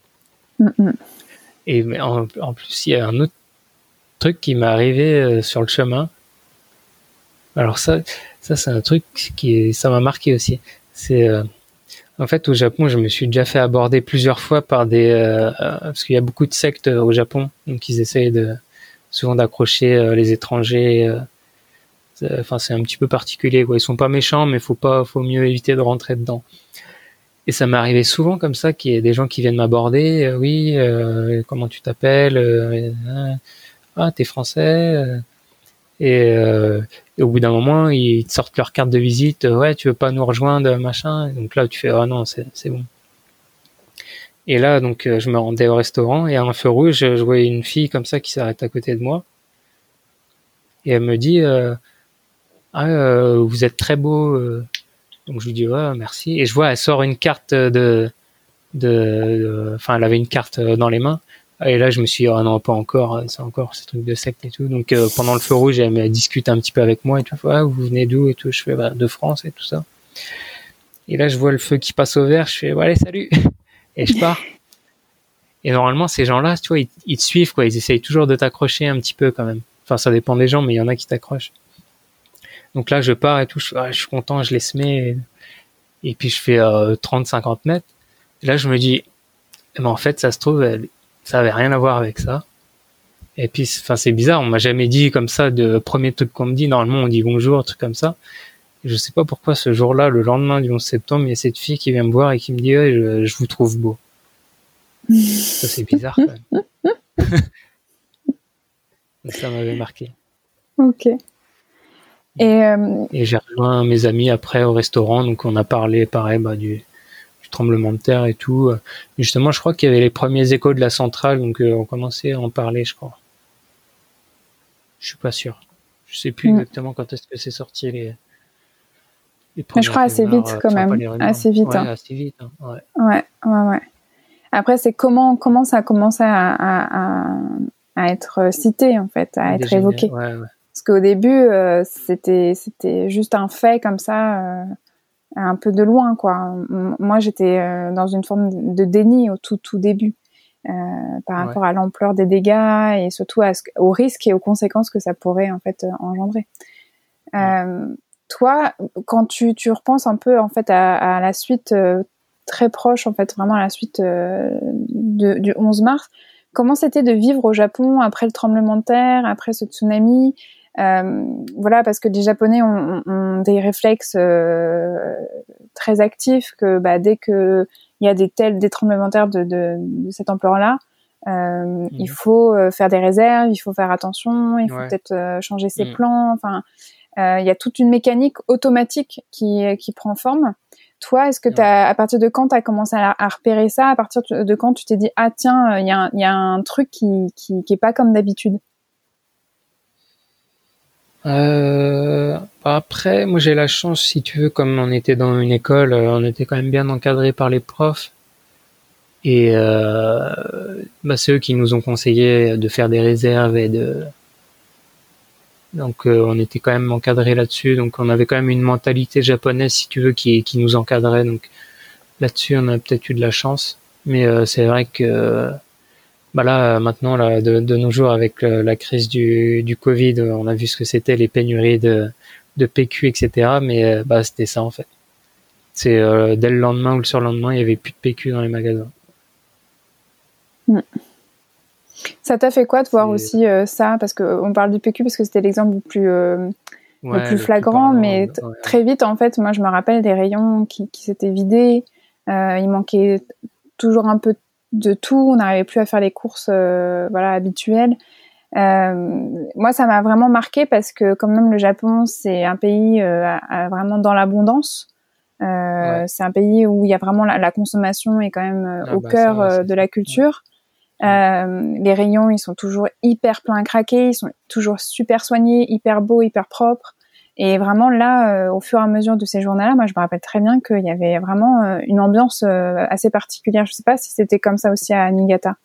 Et mais en plus, il y a un autre truc qui m'est arrivé sur le chemin. Alors ça c'est un truc ça m'a marqué aussi. C'est en fait, au Japon, je me suis déjà fait aborder plusieurs fois par parce qu'il y a beaucoup de sectes au Japon, donc ils essayent souvent d'accrocher les étrangers. C'est un petit peu particulier, quoi. Ils sont pas méchants, mais faut mieux éviter de rentrer dedans. Et ça m'est arrivé souvent comme ça, qu'il y ait des gens qui viennent m'aborder. Comment tu t'appelles? T'es français? Et au bout d'un moment, ils te sortent leur carte de visite. Ouais, tu veux pas nous rejoindre, machin. Et donc là, tu fais non, c'est bon. Et là, donc, je me rendais au restaurant et à un feu rouge, je voyais une fille comme ça qui s'arrête à côté de moi. Et elle me dit, vous êtes très beau. Donc je lui dis ouais, merci. Et je vois, elle sort une carte elle avait une carte dans les mains. Et là, je me suis dit, non, pas encore, c'est encore ce truc de secte et tout. Donc, pendant le feu rouge, elle discute un petit peu avec moi et tout. Vous venez d'où et tout. Je fais, de France et tout ça. Et là, je vois le feu qui passe au vert. Je fais, allez, salut. Et je pars. Et normalement, ces gens-là, tu vois, ils te suivent, quoi. Ils essayent toujours de t'accrocher un petit peu quand même. Enfin, ça dépend des gens, mais il y en a qui t'accrochent. Donc là, je pars et tout, je suis content, je les semais, et puis je fais 30-50 mètres. Et là, je me dis, eh ben, en fait, ça se trouve, ça avait rien à voir avec ça. Et puis, enfin, c'est bizarre, on m'a jamais dit comme ça, de premier truc qu'on me dit, normalement, on dit bonjour, un truc comme ça. Et je sais pas pourquoi, ce jour-là, le lendemain du 11 septembre, il y a cette fille qui vient me voir et qui me dit, ouais, je vous trouve beau. Ça, c'est bizarre, quand même. Ça m'avait marqué. Ok. Et j'ai rejoint mes amis après au restaurant, donc on a parlé, pareil, du tremblement de terre et tout. Et justement, je crois qu'il y avait les premiers échos de la centrale, donc on commençait à en parler, je crois. Je suis pas sûr. Je sais plus exactement quand est-ce que c'est sorti les mais je crois assez vite quand même. Assez vite. Ouais, assez vite. Hein. Ouais. Après, c'est comment ça commence à être cité, en fait, à être évoqué. Ouais. Parce qu'au début, c'était juste un fait comme ça, un peu de loin, quoi. Moi, j'étais dans une forme de déni au tout début, par rapport à l'ampleur des dégâts et surtout aux risques et aux conséquences que ça pourrait, en fait, engendrer. Toi, quand tu repenses un peu, en fait, à la suite très proche, en fait, vraiment à la suite du 11 mars, comment c'était de vivre au Japon après le tremblement de terre, après ce tsunami? Voilà, parce que les Japonais ont des réflexes très actifs que dès que il y a des tremblements de terre de cette ampleur-là, il faut faire des réserves, il faut faire attention, il faut peut-être changer ses plans. Enfin, il y a toute une mécanique automatique qui prend forme. Toi, est-ce que à partir de quand tu as commencé à repérer ça? À partir de quand tu t'es dit, ah tiens, il y a un truc qui est pas comme d'habitude? Après, moi j'ai la chance, si tu veux, comme on était dans une école, on était quand même bien encadré par les profs. Et c'est eux qui nous ont conseillé de faire des réserves donc on était quand même encadré là-dessus, donc on avait quand même une mentalité japonaise, si tu veux, qui nous encadrait. Donc là-dessus, on a peut-être eu de la chance, mais c'est vrai que là maintenant, là, de nos jours, avec la crise du Covid, on a vu ce que c'était, les pénuries de PQ, etc. Mais c'était ça en fait. C'est dès le lendemain ou le surlendemain, il y avait plus de PQ dans les magasins. Ça t'a fait quoi de voir aussi ça? Parce qu'on parle du PQ parce que c'était l'exemple le plus flagrant, mais très vite, en fait, moi je me rappelle des rayons qui s'étaient vidés. Il manquait toujours un peu de tout. On n'arrivait plus à faire les courses habituelles. Moi, ça m'a vraiment marqué parce que quand même le Japon, c'est un pays vraiment dans l'abondance. C'est un pays où il y a vraiment la consommation est quand même au cœur de la culture. Les rayons, ils sont toujours hyper pleins à craquer, ils sont toujours super soignés, hyper beaux, hyper propres. Et vraiment là, au fur et à mesure de ces journées-là, moi je me rappelle très bien qu'il y avait vraiment une ambiance assez particulière. Je sais pas si c'était comme ça aussi à Niigata.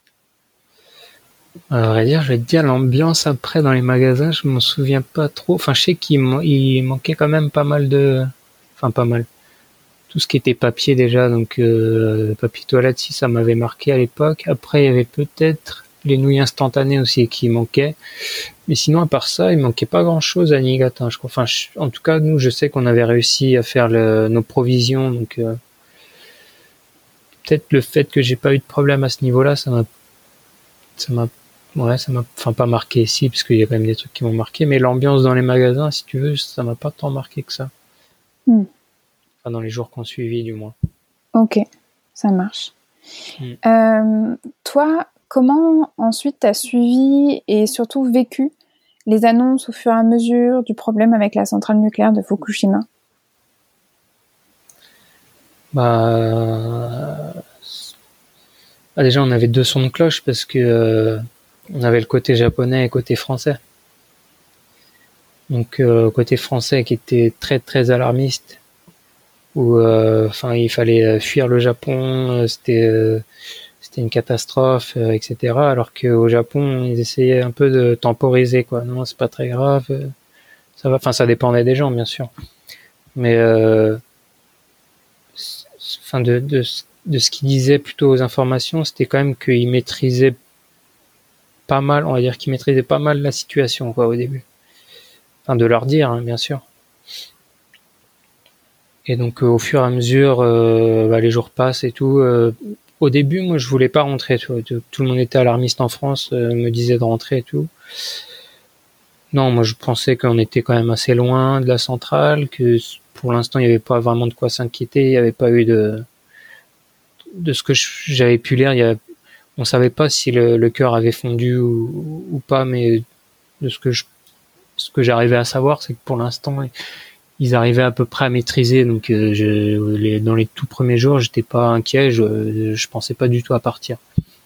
À vrai dire, je vais te dire, l'ambiance après dans les magasins, je m'en souviens pas trop. Enfin, je sais qu'il manquait quand même pas mal pas mal. Tout ce qui était papier déjà, donc papier toilette, si ça m'avait marqué à l'époque. Après, il y avait peut-être les nouilles instantanées aussi qui manquaient. Mais sinon, à part ça, il manquait pas grand-chose à Niigata, je crois. Enfin, en tout cas, nous, je sais qu'on avait réussi à faire nos provisions, donc peut-être le fait que j'ai pas eu de problème à ce niveau-là, ça m'a pas marqué, si, parce qu'il y a quand même des trucs qui m'ont marqué, mais l'ambiance dans les magasins, si tu veux, ça m'a pas tant marqué que ça. Enfin, dans les jours qu'on suivit, du moins. Ok, ça marche. Toi, comment ensuite t'as suivi et surtout vécu les annonces au fur et à mesure du problème avec la centrale nucléaire de Fukushima? Déjà, on avait deux sons de cloche parce que on avait le côté japonais et le côté français. Donc, côté français qui était très très alarmiste, où il fallait fuir le Japon, c'était une catastrophe, etc. Alors qu'au Japon, ils essayaient un peu de temporiser, quoi. Non, c'est pas très grave, ça va. Enfin, ça dépendait des gens, bien sûr. Mais de ce qu'ils disaient plutôt aux informations, c'était quand même qu'ils maîtrisaient pas mal, on va dire qu'ils maîtrisaient pas mal la situation, quoi, au début. Enfin, de leur dire, hein, bien sûr. Et donc, au fur et à mesure, les jours passent et tout. Au début, moi, je voulais pas rentrer. Tu vois, tout le monde était alarmiste en France, me disait de rentrer et tout. Non, moi, je pensais qu'on était quand même assez loin de la centrale, que pour l'instant, il n'y avait pas vraiment de quoi s'inquiéter. Il n'y avait pas eu de ce que j'avais pu lire. On savait pas si le cœur avait fondu ou pas, mais de ce que j'arrivais à savoir, c'est que pour l'instant, ils arrivaient à peu près à maîtriser. Donc, dans les tout premiers jours, j'étais pas inquiet. Je pensais pas du tout à partir.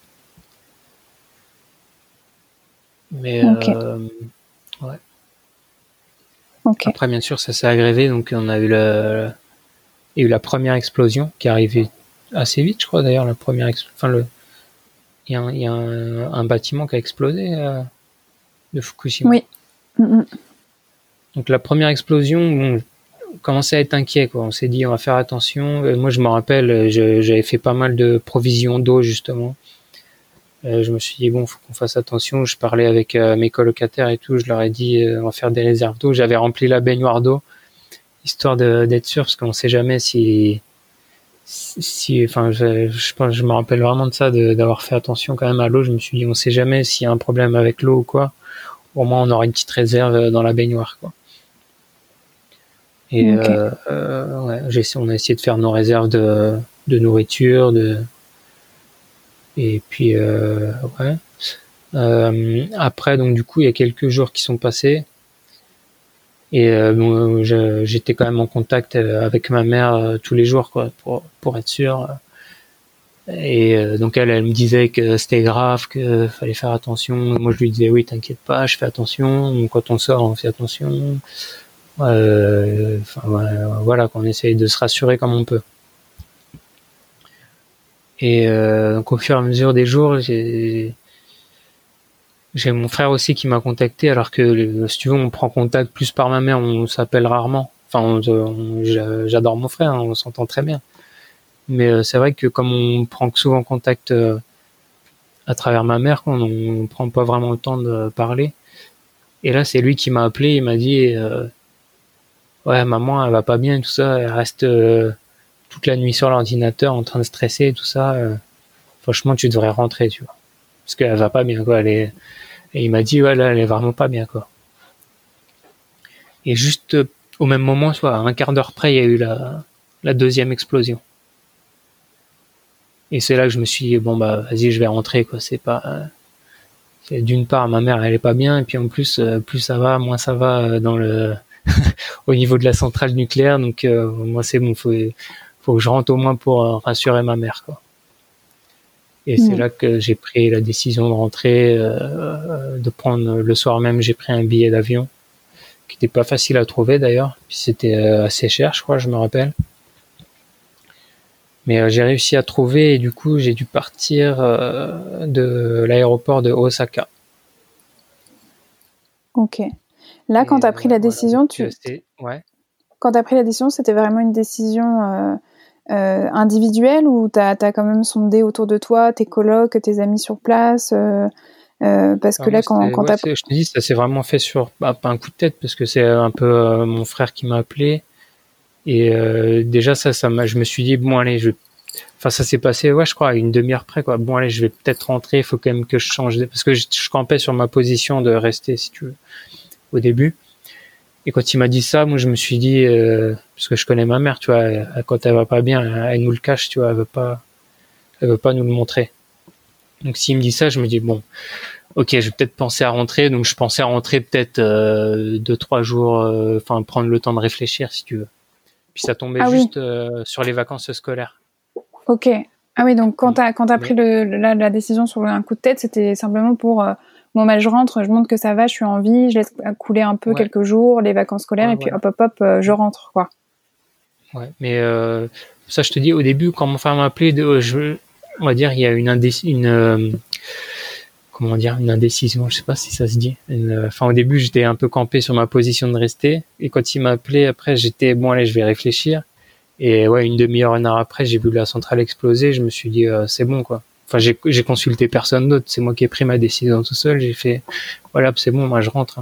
Mais Ok. ouais. Ok. Après, bien sûr, ça s'est aggravé. Donc, il y a eu la première explosion qui est arrivée assez vite, je crois. D'ailleurs, la première, il y a un bâtiment qui a explosé de Fukushima. Oui. Donc, la première explosion, on commençait à être inquiet, quoi. On s'est dit, on va faire attention. Moi, je me rappelle, j'avais fait pas mal de provisions d'eau, justement. Je me suis dit, bon, faut qu'on fasse attention. Je parlais avec mes colocataires et tout. Je leur ai dit, on va faire des réserves d'eau. J'avais rempli la baignoire d'eau, histoire d'être sûr, parce qu'on sait jamais enfin, je me rappelle vraiment de ça, d'avoir fait attention quand même à l'eau. Je me suis dit, on sait jamais s'il y a un problème avec l'eau ou quoi. Au moins, on aura une petite réserve dans la baignoire, quoi. Et Ok. on a essayé de faire nos réserves de nourriture, et puis ouais. Après, donc du coup, il y a quelques jours qui sont passés, et bon, j'étais quand même en contact avec ma mère tous les jours, quoi, pour être sûr. Et donc elle me disait que c'était grave, que fallait faire attention. Moi, je lui disais oui, t'inquiète pas, je fais attention. Quand on sort, on fait attention. Enfin voilà, qu'on essaye de se rassurer comme on peut. Et donc au fur et à mesure des jours, j'ai mon frère aussi qui m'a contacté, alors que si tu veux, on prend contact plus par ma mère, on s'appelle rarement. Enfin, j'adore mon frère, hein, on s'entend très bien. Mais c'est vrai que comme on prend souvent contact à travers ma mère, on prend pas vraiment le temps de parler. Et là, c'est lui qui m'a appelé, il m'a dit ouais, maman, elle va pas bien et tout ça, elle reste toute la nuit sur l'ordinateur en train de stresser et tout ça. Franchement, tu devrais rentrer, tu vois. Parce qu'elle va pas bien, quoi. Et il m'a dit, ouais, là, elle est vraiment pas bien, quoi. Et juste au même moment, soit à un quart d'heure près, il y a eu la deuxième explosion. Et c'est là que je me suis dit, bon, bah, vas-y, je vais rentrer, quoi. D'une part, ma mère, elle est pas bien, et puis en plus, plus ça va, moins ça va dans au niveau de la centrale nucléaire. Donc, moi, c'est bon, faut que je rentre au moins pour rassurer ma mère, quoi. Et c'est là que j'ai pris la décision de rentrer, de prendre le soir même, j'ai pris un billet d'avion qui n'était pas facile à trouver d'ailleurs, puis c'était assez cher, je crois, je me rappelle. Mais j'ai réussi à trouver et du coup j'ai dû partir de l'aéroport de Osaka. Ok. Là, quand tu as pris la décision, ouais. Quand tu as pris la décision, c'était vraiment une décision individuelle ou tu as quand même sondé autour de toi, tes colocs, tes amis sur place parce que là, quand je te dis, ça s'est vraiment fait sur pas un coup de tête, parce que c'est un peu mon frère qui m'a appelé. Et déjà, je me suis dit, bon, allez, enfin, ça s'est passé, ouais, je crois, à une demi-heure près, quoi. Bon, allez, je vais peut-être rentrer, il faut quand même que je change, parce que je campais sur ma position de rester, si tu veux, au début. Et quand il m'a dit ça, moi, je me suis dit, parce que je connais ma mère, tu vois, quand elle va pas bien, elle nous le cache, tu vois, elle veut pas nous le montrer. Donc, s'il me dit ça, je me dis, bon, ok, je vais peut-être penser à rentrer. Donc, je pensais à rentrer peut-être 2-3 jours, enfin, prendre le temps de réfléchir, si tu veux. Puis ça tombait juste sur les vacances scolaires. Ok. Ah oui, donc quand t'as pris la décision sur un coup de tête, c'était simplement pour bon, bah, je rentre, je montre que ça va, je suis en vie, je laisse couler un peu quelques jours, les vacances scolaires, et puis hop, je rentre, quoi. Ouais, mais ça, je te dis, au début, quand mon frère m'a appelé, on va dire, il y a une indécision, je sais pas si ça se dit. Enfin, au début, j'étais un peu campé sur ma position de rester, et quand il m'a appelé, après, j'étais, bon, allez, je vais réfléchir. Et ouais, une demi-heure, une heure après, j'ai vu la centrale exploser, je me suis dit, c'est bon, quoi. enfin, j'ai consulté personne d'autre. C'est moi qui ai pris ma décision tout seul. J'ai fait, voilà, c'est bon, moi je rentre.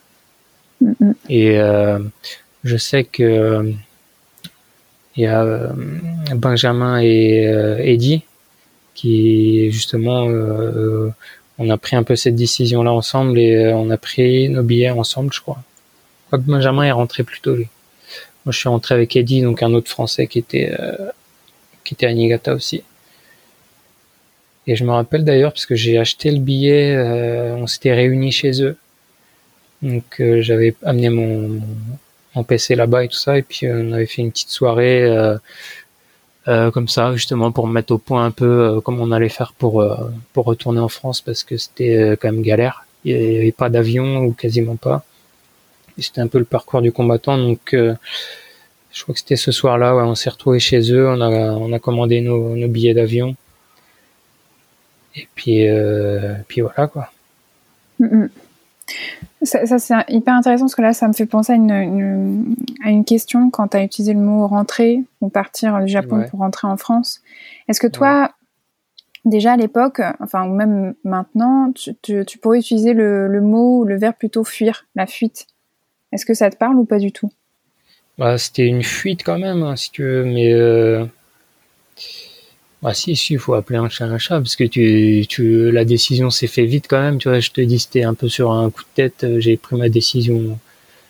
Et je sais que il y a Benjamin et Eddie qui justement on a pris un peu cette décision là ensemble et on a pris nos billets ensemble, je crois. Je crois que Benjamin est rentré plus tôt, lui. Moi je suis rentré avec Eddie, donc un autre Français qui était à Niigata aussi. Et je me rappelle d'ailleurs parce que j'ai acheté le billet, on s'était réunis chez eux, donc j'avais amené mon PC là-bas et tout ça, et puis on avait fait une petite soirée comme ça, justement pour me mettre au point un peu comment on allait faire pour retourner en France, parce que c'était quand même galère. Il y avait pas d'avion ou quasiment pas. Et c'était un peu le parcours du combattant, donc je crois que c'était ce soir-là, ouais, on s'est retrouvés chez eux, on a commandé nos billets d'avion. Et puis voilà quoi. Ça c'est hyper intéressant parce que là ça me fait penser à une question quand tu as utilisé le mot rentrer ou partir du Japon pour rentrer en France. Est-ce que toi, déjà à l'époque, enfin ou même maintenant, tu pourrais utiliser le mot ou le verbe plutôt fuir, la fuite. Est-ce que ça te parle ou pas du tout? Bah c'était une fuite quand même, hein, si tu veux, mais bah si, il faut appeler un chat parce que la décision s'est fait vite quand même, tu vois. Je te dis, c'était un peu sur un coup de tête. J'ai pris ma décision.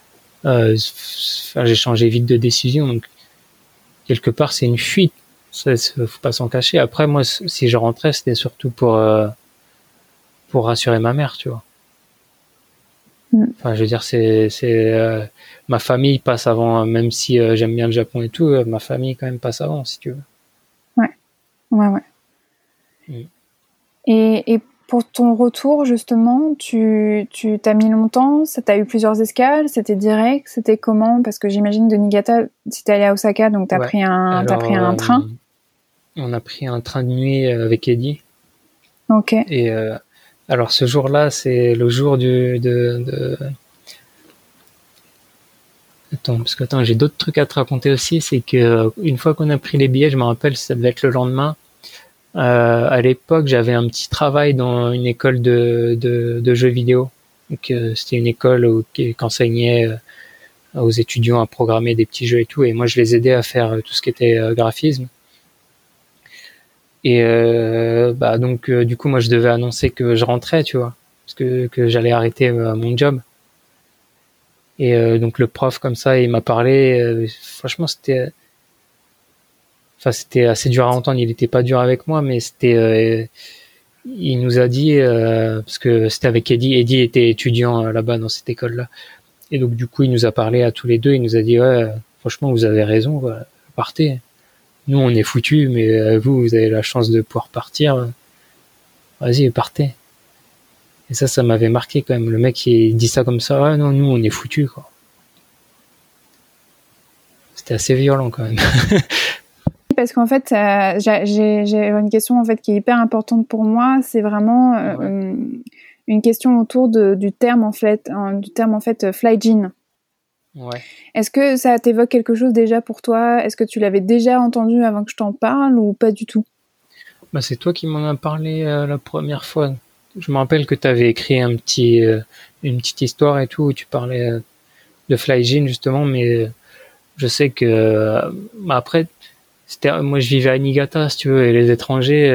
J'ai changé vite de décision, donc quelque part c'est une fuite. Ça, faut pas s'en cacher. Après, moi, si je rentrais, c'était surtout pour rassurer ma mère, tu vois. Enfin, je veux dire, c'est ma famille passe avant, même si j'aime bien le Japon et tout, ma famille quand même passe avant, si tu veux. Ouais. Et pour ton retour, justement, tu t'as mis longtemps, t'as eu plusieurs escales, c'était direct, c'était comment? Parce que j'imagine de Niigata, si t'es allé à Osaka, donc t'as pris un train. On a pris un train de nuit avec Eddie. Ok. Et alors ce jour-là, c'est le jour Attends, j'ai d'autres trucs à te raconter aussi. C'est que une fois qu'on a pris les billets, je me rappelle, ça devait être le lendemain. À l'époque, j'avais un petit travail dans une école de jeux vidéo. Donc c'était une école qui enseignait aux étudiants à programmer des petits jeux et tout. Et moi, je les aidais à faire tout ce qui était graphisme. Et donc du coup, moi, je devais annoncer que je rentrais, tu vois, parce que j'allais arrêter mon job. Et donc le prof comme ça, il m'a parlé. Franchement, c'était assez dur à entendre. Il était pas dur avec moi, mais il nous a dit parce que c'était avec Eddie. Eddie était étudiant là-bas dans cette école-là, et donc du coup, il nous a parlé à tous les deux. Il nous a dit franchement, vous avez raison, voilà, partez. Nous, on est foutus, mais vous avez la chance de pouvoir partir. Vas-y, partez. Et ça m'avait marqué quand même. Le mec, il dit ça comme ça. Non, nous, on est foutus, quoi. C'était assez violent quand même. Parce qu'en fait, j'ai une question en fait qui est hyper importante pour moi. C'est vraiment une question autour du terme en fait, fly-in. Ouais. Est-ce que ça t'évoque quelque chose déjà pour toi? Est-ce que tu l'avais déjà entendu avant que je t'en parle ou pas du tout? Bah, c'est toi qui m'en as parlé la première fois. Je me rappelle que tu avais écrit une petite histoire et tout où tu parlais de fly-in justement, mais je sais que après, moi je vivais à Niigata, si tu veux, et les étrangers,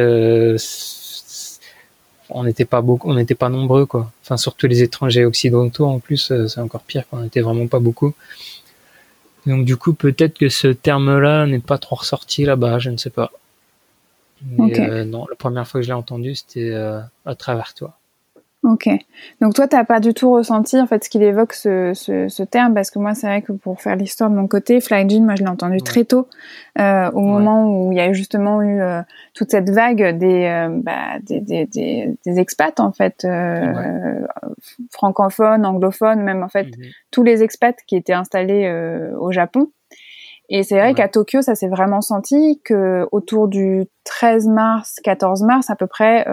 on n'était pas beaucoup, on n'était pas nombreux, quoi. Enfin, surtout les étrangers occidentaux en plus, c'est encore pire, quoi. On n'était vraiment pas beaucoup. Donc du coup, peut-être que ce terme-là n'est pas trop ressorti là-bas, je ne sais pas. Mais non, la première fois que je l'ai entendu, c'était à travers toi. Ok. Donc toi, t'as pas du tout ressenti en fait ce qu'il évoque ce terme, parce que moi, c'est vrai que pour faire l'histoire de mon côté, fly-in, moi, je l'ai entendu très tôt, au moment où il y a justement eu toute cette vague des expats en fait, francophones, anglophones, même en fait tous les expats qui étaient installés au Japon. Et c'est vrai qu'à Tokyo, ça s'est vraiment senti que autour du 13 mars, 14 mars, à peu près,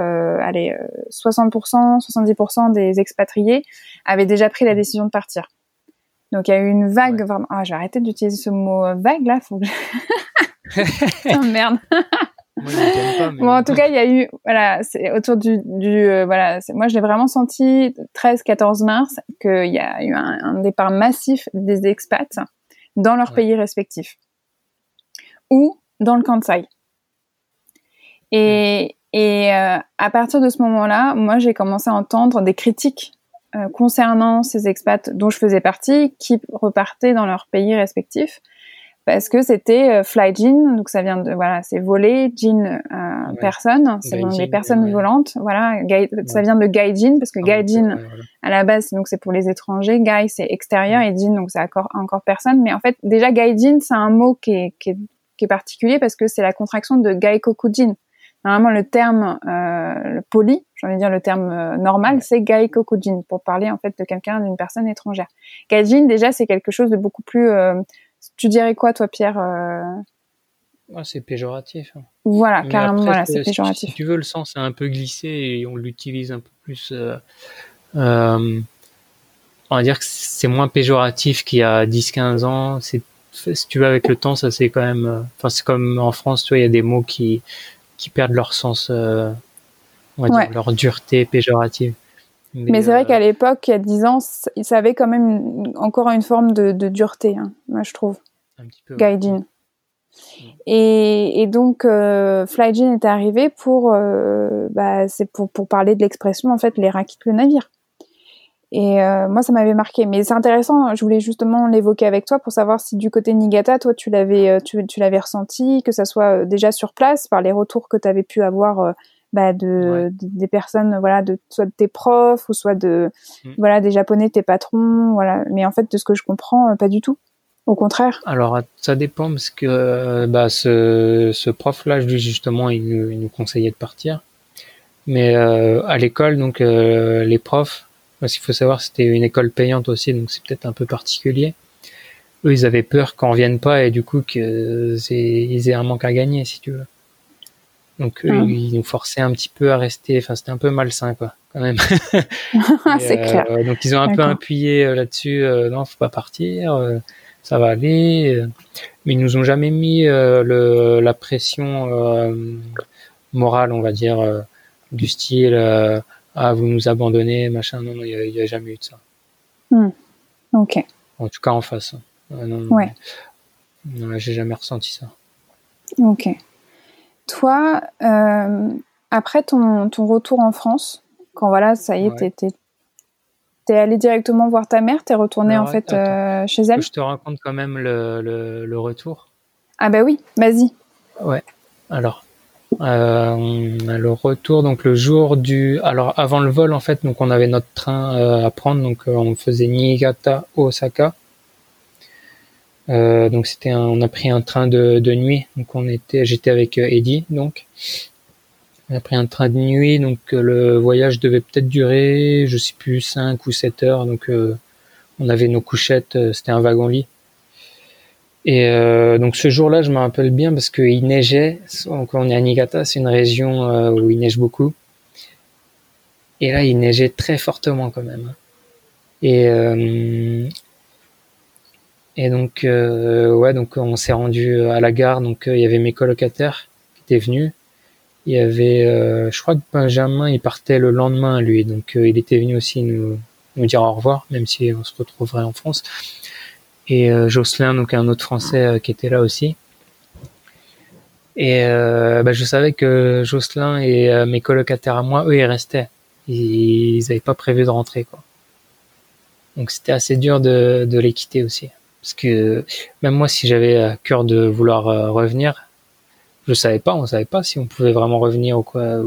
60%, 70% des expatriés avaient déjà pris la décision de partir. Donc il y a eu une vague vraiment... Ah, j'ai arrêté d'utiliser ce mot vague là, faut que je... Oh, merde. Moi, ils me tiennent pas, mais Bon, en tout cas, il y a eu, voilà, c'est autour voilà, moi, je l'ai vraiment senti 13-14 mars qu'il y a eu un départ massif des expats dans leur pays respectifs ou dans le Kansai. Et à partir de ce moment-là, moi, j'ai commencé à entendre des critiques concernant ces expats dont je faisais partie, qui repartaient dans leur pays respectifs, parce que c'était fly jin, donc ça vient de, voilà, c'est voler, jin, personne, c'est donc des personnes volantes, voilà, ça vient de gaijin, parce que gaijin, à la base, donc c'est pour les étrangers, gai c'est extérieur, et jin, donc c'est encore personne, mais en fait, déjà gaijin, c'est un mot qui est particulier, parce que c'est la contraction de gaikokujin. Normalement, le terme le poli, j'ai envie de dire le terme normal, c'est gaikokujin, pour parler en fait de quelqu'un, d'une personne étrangère. Gaijin, déjà, c'est quelque chose de beaucoup plus... tu dirais quoi, toi, Pierre c'est péjoratif. Voilà, mais carrément, après, voilà, c'est péjoratif. Si tu veux, le sens est un peu glissé et on l'utilise un peu plus... on va dire que c'est moins péjoratif qu'il y a 10-15 ans. Si tu veux, avec le temps, ça c'est quand même... c'est comme en France, tu vois, il y a des mots qui perdent leur sens, on va dire, leur dureté péjorative. Mais c'est vrai qu'à l'époque, il y a 10 ans, ça avait quand même encore une forme de dureté, hein, moi je trouve. Un petit peu. Gaijin. Et donc, Flyjin est arrivé c'est pour parler de l'expression, en fait, les rats quittent le navire. Et moi, ça m'avait marqué. Mais c'est intéressant, je voulais justement l'évoquer avec toi pour savoir si du côté Niigata, toi, tu l'avais ressenti, que ça soit déjà sur place, par les retours que tu avais pu avoir des personnes, voilà, soit de tes profs, ou soit voilà, des Japonais, tes patrons, voilà. Mais en fait, de ce que je comprends, pas du tout. Au contraire. Alors, ça dépend, parce que ce prof-là, lui, justement, il nous conseillait de partir. Mais à l'école, donc les profs, parce qu'il faut savoir, c'était une école payante aussi, donc c'est peut-être un peu particulier. Eux, ils avaient peur qu'on revienne pas et du coup ils aient un manque à gagner, si tu veux. Donc ils nous forçaient un petit peu à rester. Enfin, c'était un peu malsain, quoi, quand même. C'est clair. Donc ils ont un peu appuyé là-dessus. Non, faut pas partir. Ça va aller. Mais ils nous ont jamais mis la pression morale, on va dire, du style vous nous abandonnez, machin. Non, il y a jamais eu de ça. Ok. En tout cas en face. Non, j'ai jamais ressenti ça. Ok. Toi, après ton retour en France, quand voilà, ça y est, t'es allé directement voir ta mère, t'es retourné en fait chez elle. Je te raconte quand même le retour. Ah bah oui, vas-y. Ouais. Alors, le retour, donc le jour alors avant le vol en fait, donc on avait notre train à prendre, donc on faisait Niigata Osaka. Donc on a pris un train de nuit, donc j'étais avec Eddie, donc on a pris un train de nuit, donc le voyage devait peut-être durer, je sais plus, 5 ou 7 heures, donc on avait nos couchettes, c'était un wagon-lit. Et donc ce jour-là, je me rappelle bien parce qu'il neigeait. Quand on est à Niigata, c'est une région où il neige beaucoup. Et là, il neigeait très fortement quand même. Et donc, donc on s'est rendu à la gare. Donc il y avait mes colocataires qui étaient venus. Il y avait, je crois que Benjamin, il partait le lendemain, lui. Donc il était venu aussi nous dire au revoir, même si on se retrouverait en France. Et Jocelyn, donc un autre Français qui était là aussi. Et je savais que Jocelyn et mes colocataires à moi, eux, ils restaient. Ils n'avaient pas prévu de rentrer, quoi. Donc c'était assez dur de les quitter aussi. Parce que même moi, si j'avais à cœur de vouloir revenir, on savait pas si on pouvait vraiment revenir ou quoi.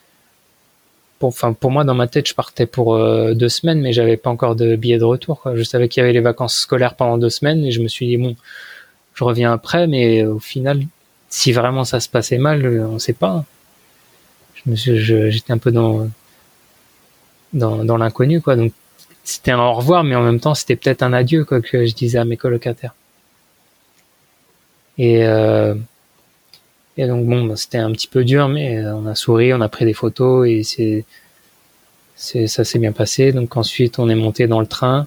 Pour moi, dans ma tête, je partais pour 2 semaines, mais j'avais pas encore de billet de retour, quoi. Je savais qu'il y avait les vacances scolaires pendant 2 semaines, et je me suis dit, bon, je reviens après, mais au final, si vraiment ça se passait mal, on sait pas. J'étais un peu dans l'inconnu, quoi. Donc, c'était un au revoir, mais en même temps, c'était peut-être un adieu, quoi, que je disais à mes colocataires. Et donc, bon, c'était un petit peu dur, mais on a souri, on a pris des photos, et ça s'est bien passé. Donc ensuite, on est monté dans le train.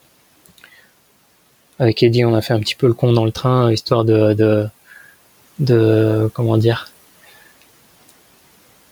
Avec Eddie, on a fait un petit peu le con dans le train, histoire de comment dire,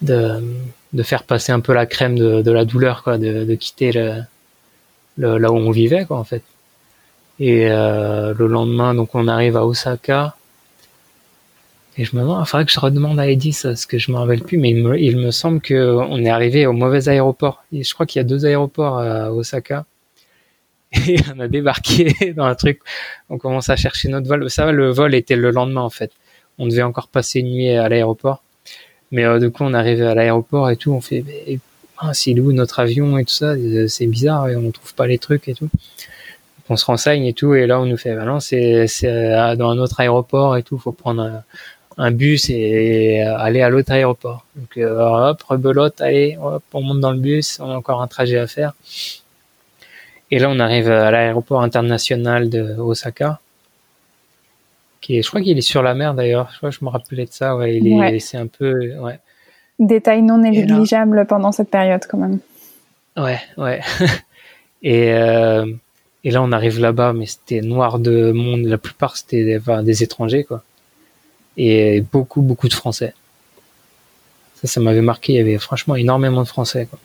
de de faire passer un peu la crème de la douleur, quoi, de quitter là où on vivait, quoi, en fait. Et le lendemain, donc on arrive à Osaka. Et je me demande, il faudrait que je redemande à Eddie ça, parce que je me rappelle plus, mais il me semble que on est arrivé au mauvais aéroport. Et je crois qu'il y a 2 aéroports à Osaka. Et on a débarqué dans un truc. On commence à chercher notre vol. Ça va, le vol était le lendemain, en fait. On devait encore passer une nuit à l'aéroport. Mais du coup, on est arrivé à l'aéroport et tout. On fait, c'est où notre avion et tout ça? C'est bizarre, et on trouve pas les trucs et tout. On se renseigne et tout. Et là, on nous fait, non, c'est dans un autre aéroport et tout. Faut prendre un bus et aller à l'autre aéroport. Donc hop, rebelote, allez, hop, on monte dans le bus, on a encore un trajet à faire. Et là, on arrive à l'aéroport international de Osaka, je crois qu'il est sur la mer d'ailleurs. Je me rappelais de ça. Ouais, c'est un peu, ouais. Détail non négligeable pendant cette période quand même. Ouais. Et là, on arrive là-bas, mais c'était noir de monde. La plupart, c'était des étrangers, quoi. Et beaucoup de Français. Ça m'avait marqué. Il y avait franchement énormément de Français, quoi.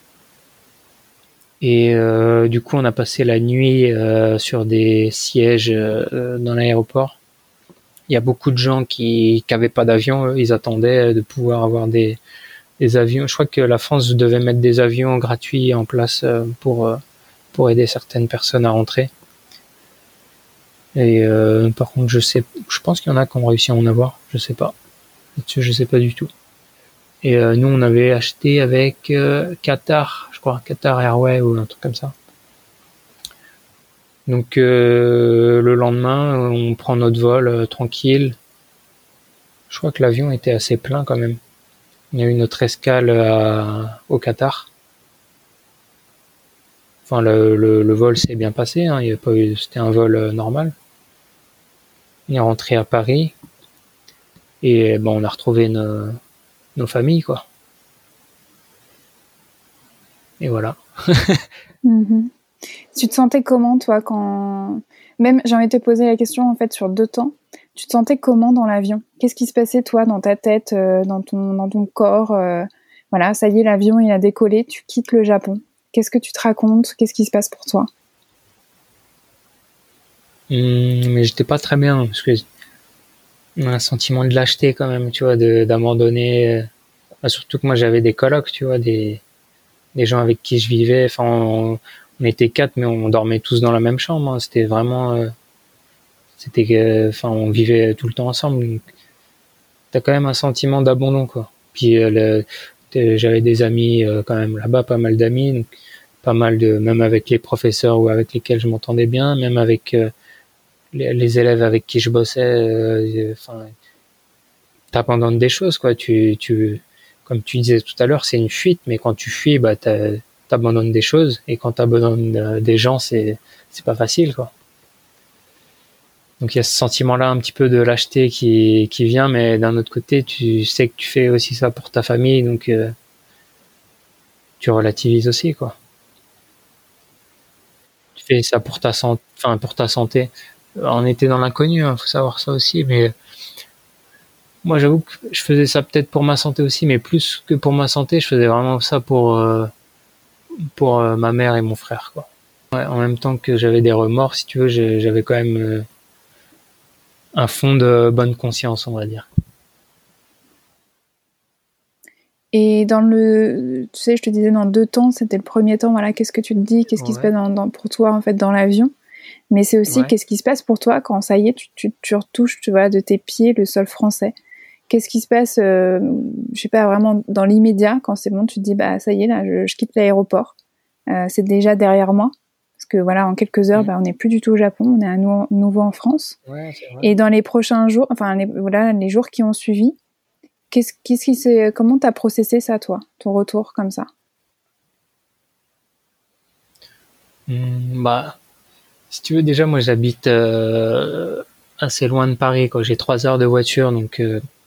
Et du coup, on a passé la nuit sur des sièges dans l'aéroport. Il y a beaucoup de gens qui avaient pas d'avion. Ils attendaient de pouvoir avoir des avions. Je crois que la France devait mettre des avions gratuits en place pour aider certaines personnes à rentrer. Et par contre, je pense qu'il y en a qui ont réussi à en avoir. Je sais pas. Là-dessus, je sais pas du tout. Et nous, on avait acheté avec Qatar, je crois, Qatar Airways ou un truc comme ça. Donc le lendemain, on prend notre vol tranquille. Je crois que l'avion était assez plein quand même. Il y a eu notre escale au Qatar. Enfin, le vol s'est bien passé. Hein. Il y a pas eu, c'était un vol normal. On est rentré à Paris et on a retrouvé nos familles, quoi. Et voilà. Mm-hmm. Tu te sentais comment, toi, quand... Même, j'ai envie de te poser la question, en fait, sur 2 temps. Tu te sentais comment dans l'avion? Qu'est-ce qui se passait, toi, dans ta tête, dans ton corps Voilà, ça y est, l'avion, il a décollé, tu quittes le Japon. Qu'est-ce que tu te racontes? Qu'est-ce qui se passe pour toi? Mais j'étais pas très bien, parce que un sentiment de lâcheté quand même, tu vois, d'abandonner. Surtout que moi, j'avais des colocs, tu vois, des gens avec qui je vivais. Enfin, on était 4, mais on dormait tous dans la même chambre. Hein. C'était vraiment, on vivait tout le temps ensemble. Donc, t'as quand même un sentiment d'abandon, quoi. Puis j'avais des amis quand même là-bas, pas mal d'amis, donc même avec les professeurs ou avec lesquels je m'entendais bien, même avec les élèves avec qui je bossais. T'abandonnes des choses, quoi. Comme tu disais tout à l'heure, c'est une fuite, mais quand tu fuis, t'abandonnes des choses, et quand t'abandonnes des gens, c'est pas facile, quoi. Donc il y a ce sentiment-là un petit peu de lâcheté qui vient, mais d'un autre côté, tu sais que tu fais aussi ça pour ta famille, donc tu relativises aussi, quoi. Tu fais ça pour ta santé. On était dans l'inconnu, hein, faut savoir ça aussi, mais moi, j'avoue que je faisais ça peut-être pour ma santé aussi, mais plus que pour ma santé, je faisais vraiment ça pour ma mère et mon frère, quoi. Ouais, en même temps que j'avais des remords, si tu veux, j'avais quand même un fond de bonne conscience, on va dire. Et tu sais, je te disais dans 2 temps, c'était le premier temps, voilà, qu'est-ce que tu te dis, qu'est-ce qui se passe pour toi, en fait, dans l'avion. Mais c'est aussi qu'est-ce qui se passe pour toi quand ça y est, tu retouches, tu vois, de tes pieds le sol français. Qu'est-ce qui se passe, je sais pas, vraiment dans l'immédiat, quand c'est bon, tu te dis, ça y est, là, je quitte l'aéroport. C'est déjà derrière moi. Parce que voilà, en quelques heures, on n'est plus du tout au Japon, on est à nouveau en France. Ouais, c'est vrai. Et dans les prochains jours, enfin, les jours qui ont suivi, comment t'as processé ça, toi, ton retour comme ça? Si tu veux, déjà, moi, j'habite assez loin de Paris, quoi. J'ai 3 heures de voiture, donc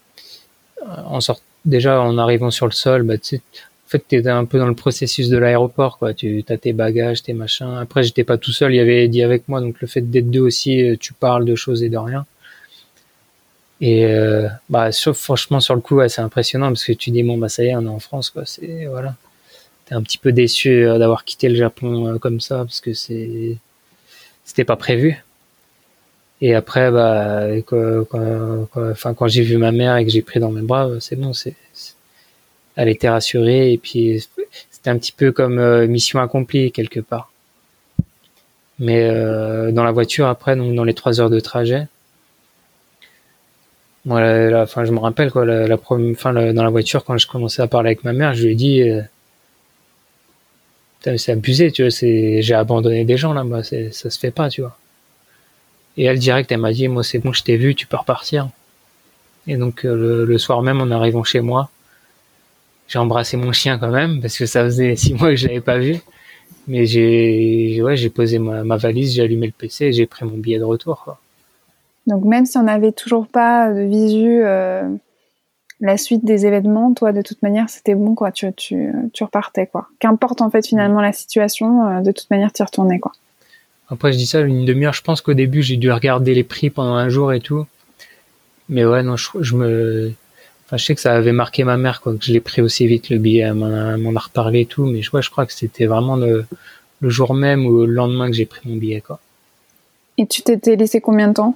déjà en arrivant sur le sol, tu sais, en fait, t'es un peu dans le processus de l'aéroport, quoi. Tu as tes bagages, tes machins. Après, j'étais pas tout seul, il y avait Eddie avec moi, donc le fait d'être 2 aussi, tu parles de choses et de rien. Et franchement sur le coup, ouais, c'est impressionnant parce que tu dis bon bah ça y est, on est en France quoi. C'est voilà. T'es un petit peu déçu d'avoir quitté le Japon comme ça parce que c'était pas prévu. Et après quand j'ai vu ma mère et que j'ai pris dans mes bras, c'est bon, elle était rassurée et puis c'était un petit peu comme mission accomplie quelque part. Mais dans la voiture après, donc dans les 3 heures de trajet, moi, je me rappelle quoi, dans la voiture quand je commençais à parler avec ma mère, je lui ai dit, c'est abusé, tu vois, j'ai abandonné des gens là-bas, ça se fait pas, tu vois. Et elle direct, elle m'a dit, moi c'est bon, je t'ai vu, tu peux repartir. Et donc le soir même, en arrivant chez moi, j'ai embrassé mon chien quand même parce que ça faisait 6 mois que je l'avais pas vu. Mais j'ai posé ma valise, j'ai allumé le PC et j'ai pris mon billet de retour, quoi. Donc même si on n'avait toujours pas de visu la suite des événements, toi de toute manière c'était bon quoi, tu repartais quoi. Qu'importe en fait finalement la situation, de toute manière tu y retournais quoi. Après je dis ça une demi-heure, je pense qu'au début j'ai dû regarder les prix pendant un jour et tout. Mais ouais non, je sais que ça avait marqué ma mère quoi, que je l'ai pris aussi vite le billet, elle m'en a reparlé et tout, mais je crois que c'était vraiment le jour même ou le lendemain que j'ai pris mon billet quoi. Et tu t'étais laissé combien de temps?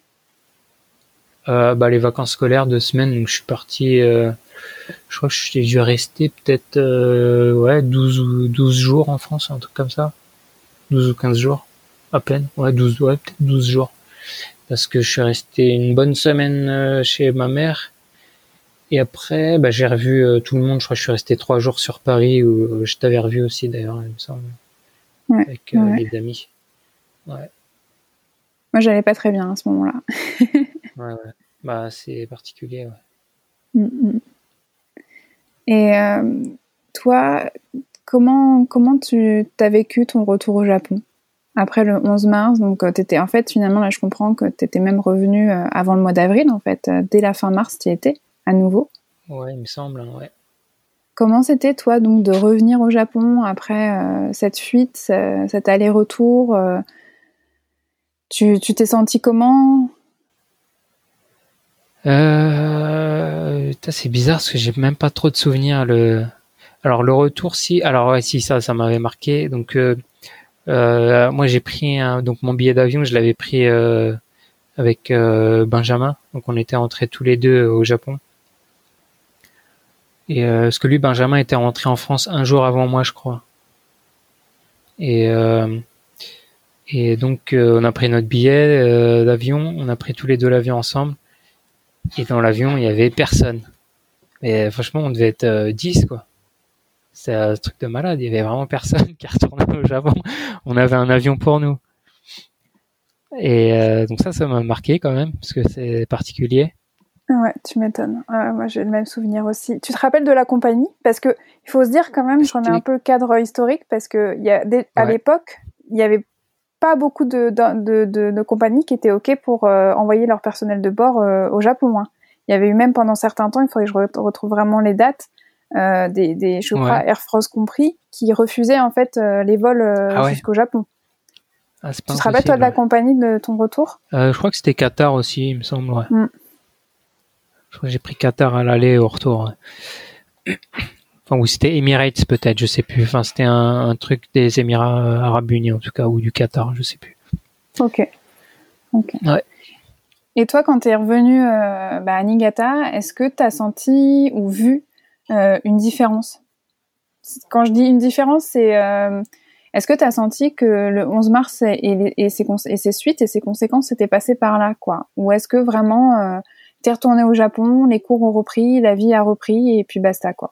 Les vacances scolaires 2 semaines, donc je suis parti, je crois que j'ai dû rester peut-être 12 jours en France, un truc comme ça. 12 ou 15 jours, à peine. Ouais, peut-être 12 jours. Parce que je suis resté une bonne semaine chez ma mère. Et après, j'ai revu tout le monde. Je crois que je suis resté 3 jours sur Paris, où je t'avais revu aussi d'ailleurs, il me semble, Ouais, avec ouais. les amis. Ouais. Moi j'allais pas très bien à ce moment-là. Ouais. C'est particulier, ouais. Mm-hmm. Et toi, comment tu as vécu ton retour au Japon après le 11 mars? Donc t'étais en fait finalement là je comprends que t'étais même revenu avant le mois d'avril en fait, dès la fin mars tu y étais à nouveau. Ouais, il me semble, hein, ouais. Comment c'était toi donc de revenir au Japon après cette fuite, cet aller-retour tu t'es senti comment? C'est bizarre parce que j'ai même pas trop de souvenirs. Alors le retour, si. Alors ouais, si ça m'avait marqué. Donc moi j'ai pris donc mon billet d'avion, je l'avais pris avec Benjamin. Donc on était rentrés tous les deux au Japon. Et parce que lui, Benjamin était rentré en France un jour avant moi, je crois. Et donc on a pris notre billet d'avion, on a pris tous les deux l'avion ensemble. Et dans l'avion, il y avait personne. Mais franchement, on devait être 10 quoi. C'est un truc de malade. Il y avait vraiment personne qui retournait au Japon. On avait un avion pour nous. Et donc ça m'a marqué quand même parce que c'est particulier. Ouais, tu m'étonnes. Moi, j'ai le même souvenir aussi. Tu te rappelles de la compagnie? Parce que il faut se dire quand même, je remets un peu le cadre historique, parce que à l'époque, il y avait pas beaucoup de compagnies qui étaient OK pour envoyer leur personnel de bord au Japon. Hein. Il y avait eu même pendant certains temps, il faudrait que je retrouve vraiment les dates, je crois Air France compris, qui refusaient en fait les vols jusqu'au Japon. Tu te rappelles toi de la compagnie de ton retour? Je crois que c'était Qatar aussi, il me semble. Ouais. Je crois que j'ai pris Qatar à l'aller et au retour. Ouais. Enfin, ou c'était Emirates peut-être, je sais plus. Enfin, c'était un truc des Émirats Arabes Unis en tout cas, ou du Qatar, je sais plus. Ok. Ouais. Et toi, quand tu es revenu à Niigata, est-ce que tu as senti ou vu une différence? Quand je dis une différence, c'est est-ce que tu as senti que le 11 mars et ses suites et ses conséquences s'étaient passées par là, quoi? Ou est-ce que vraiment t'es retourné au Japon, les cours ont repris, la vie a repris et puis basta, quoi?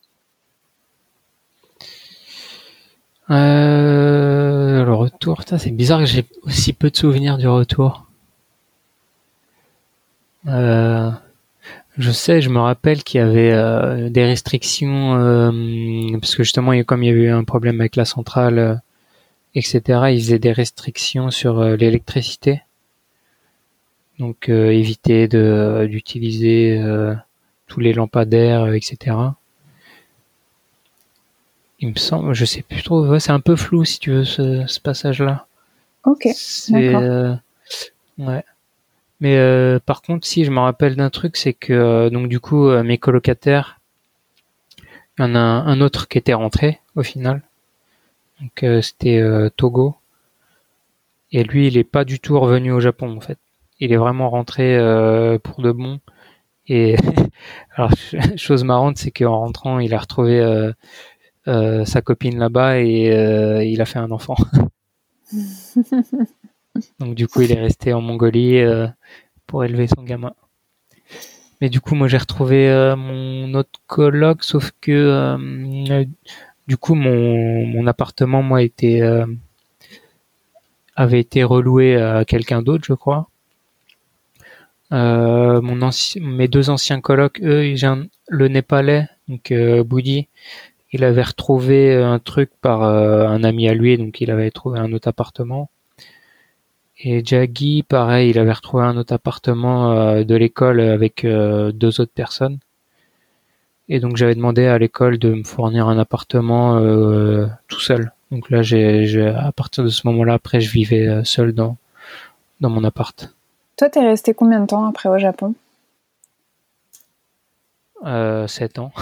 Le retour, c'est bizarre que j'ai aussi peu de souvenirs du retour. Je me rappelle qu'il y avait des restrictions parce que justement, comme il y avait eu un problème avec la centrale, etc. Ils faisaient des restrictions sur l'électricité, donc éviter d'utiliser tous les lampadaires, etc. Il me semble, je sais plus trop. Ouais, c'est un peu flou si tu veux ce passage-là. Ok, d'accord. Ouais. Mais par contre, si je me rappelle d'un truc, c'est que donc du coup mes colocataires, il y en a un autre qui était rentré au final. Donc c'était Togo. Et lui, il est pas du tout revenu au Japon en fait. Il est vraiment rentré pour de bon. Et alors chose marrante, c'est qu'en rentrant, il a retrouvé sa copine là-bas et il a fait un enfant. Donc du coup, il est resté en Mongolie pour élever son gamin. Mais du coup, moi, j'ai retrouvé mon autre coloc, sauf que du coup, mon appartement, moi, avait été reloué à quelqu'un d'autre, je crois. Mes deux anciens colocs, eux, le Népalais, donc Boudi, il avait retrouvé un truc par un ami à lui, donc il avait trouvé un autre appartement. Et Jaggi, pareil, il avait retrouvé un autre appartement de l'école avec deux autres personnes. Et donc j'avais demandé à l'école de me fournir un appartement tout seul. Donc là, à partir de ce moment-là, après, je vivais seul dans mon appart. Toi, t'es resté combien de temps après au Japon? 7 ans.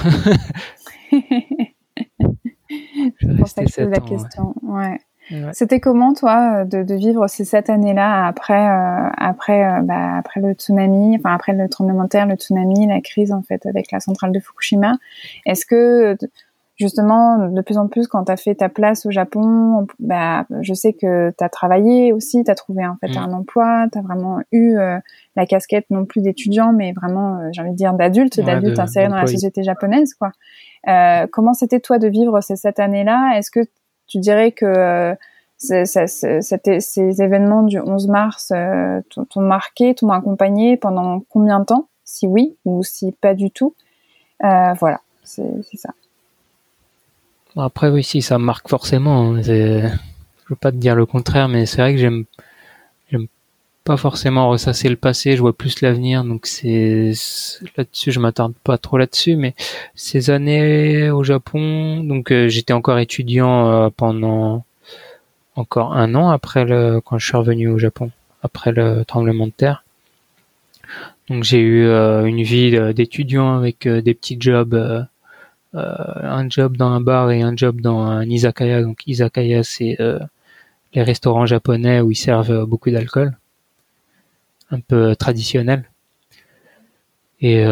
C'est pour ça que je pose la question. Ouais. C'était comment, toi, de vivre ces 7 années-là après le tsunami, enfin après le tremblement de terre, le tsunami, la crise en fait avec la centrale de Fukushima. Est-ce que justement, de plus en plus, quand t'as fait ta place au Japon, je sais que t'as travaillé aussi, t'as trouvé en fait un emploi, t'as vraiment eu la casquette non plus d'étudiant, mais vraiment, j'ai envie de dire d'adulte inséré dans la société japonaise, quoi. Comment c'était toi de vivre ces 7 années-là? Est-ce que tu dirais que ces événements du 11 mars t'ont marqué, t'ont accompagné pendant combien de temps? Si oui ou si pas du tout. Voilà, c'est ça. Après, oui, si, ça me marque forcément. Je veux pas te dire le contraire, mais c'est vrai que j'aime pas forcément ressasser le passé, je vois plus l'avenir, donc là-dessus, je m'attarde pas trop là-dessus, mais ces années au Japon, donc j'étais encore étudiant pendant encore un an quand je suis revenu au Japon, après le tremblement de terre. Donc j'ai eu une vie d'étudiant avec des petits jobs, un job dans un bar et un job dans un izakaya. Donc izakaya, c'est les restaurants japonais où ils servent beaucoup d'alcool, un peu traditionnel. Et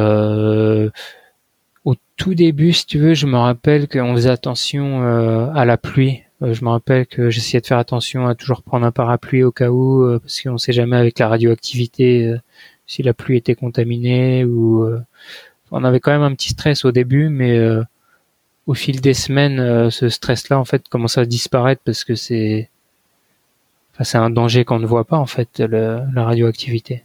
au tout début, si tu veux, je me rappelle qu'on faisait attention à la pluie. Je me rappelle que j'essayais de faire attention à toujours prendre un parapluie au cas où, parce qu'on sait jamais avec la radioactivité si la pluie était contaminée ou. On avait quand même un petit stress au début, mais au fil des semaines, ce stress-là en fait commence à disparaître parce que c'est un danger qu'on ne voit pas en fait, la radioactivité.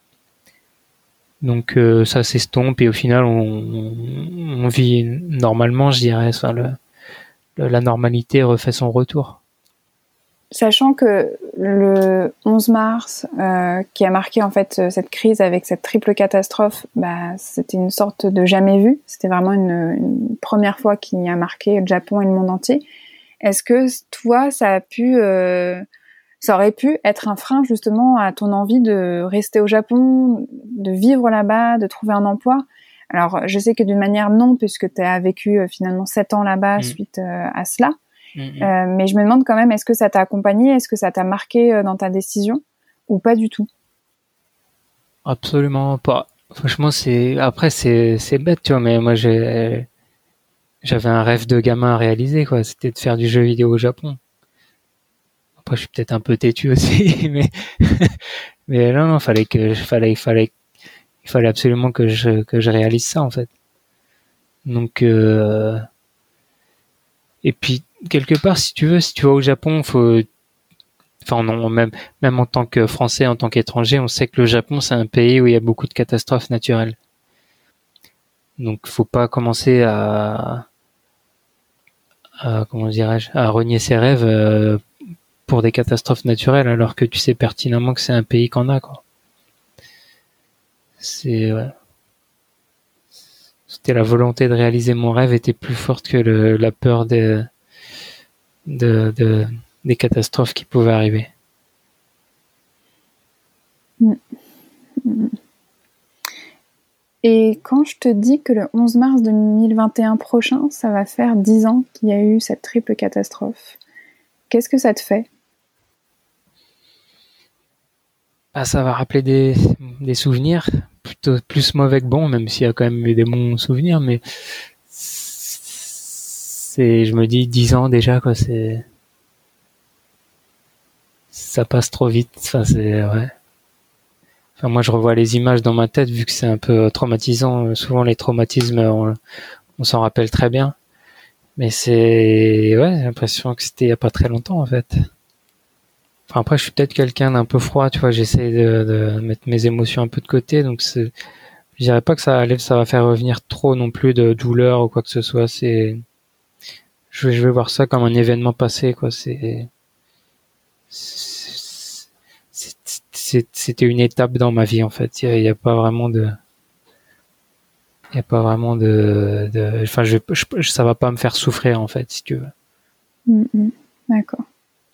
Donc ça s'estompe et au final on vit normalement, je dirais. Enfin, la normalité refait son retour. Sachant que le 11 mars, qui a marqué en fait cette crise avec cette triple catastrophe, c'était une sorte de jamais vu. C'était vraiment une première fois qui a marqué le Japon et le monde entier. Est-ce que toi, ça aurait pu être un frein justement à ton envie de rester au Japon, de vivre là-bas, de trouver un emploi? Alors, je sais que d'une manière non, puisque tu as vécu finalement 7 ans là-bas suite à cela. Mais je me demande quand même, est-ce que ça t'a accompagné? Est-ce que ça t'a marqué dans ta décision? Ou pas du tout? Absolument pas. Franchement, c'est bête, tu vois, mais moi j'avais un rêve de gamin à réaliser, quoi. C'était de faire du jeu vidéo au Japon. Après, je suis peut-être un peu têtu aussi, mais non, il fallait absolument que je réalise ça, en fait. Donc, et puis, quelque part, si tu vas au Japon, même en tant que Français, en tant qu'étranger, on sait que le Japon, c'est un pays où il y a beaucoup de catastrophes naturelles. Donc, faut pas commencer à comment dirais-je, à renier ses rêves pour des catastrophes naturelles, alors que tu sais pertinemment que c'est un pays qu'on a, quoi. C'était la volonté de réaliser mon rêve était plus forte que la peur des catastrophes qui pouvaient arriver. Et quand je te dis que le 11 mars 2021 prochain, ça va faire 10 ans qu'il y a eu cette triple catastrophe, qu'est-ce que ça te fait ? Ça va rappeler des souvenirs, plutôt plus mauvais que bons, même s'il y a quand même eu des bons souvenirs, mais je me dis 10 ans déjà, quoi, ça passe trop vite, ouais. Enfin, moi, je revois les images dans ma tête, vu que c'est un peu traumatisant. Souvent, les traumatismes, on s'en rappelle très bien. Mais j'ai l'impression que c'était il y a pas très longtemps, en fait. Enfin, après, je suis peut-être quelqu'un d'un peu froid, tu vois, j'essaie de mettre mes émotions un peu de côté, donc je dirais pas que ça va faire revenir trop non plus de douleur ou quoi que ce soit. Je vais voir ça comme un événement passé, quoi. C'était une étape dans ma vie, en fait. Il y a pas vraiment de, enfin, ça va pas me faire souffrir, en fait, si tu veux. D'accord.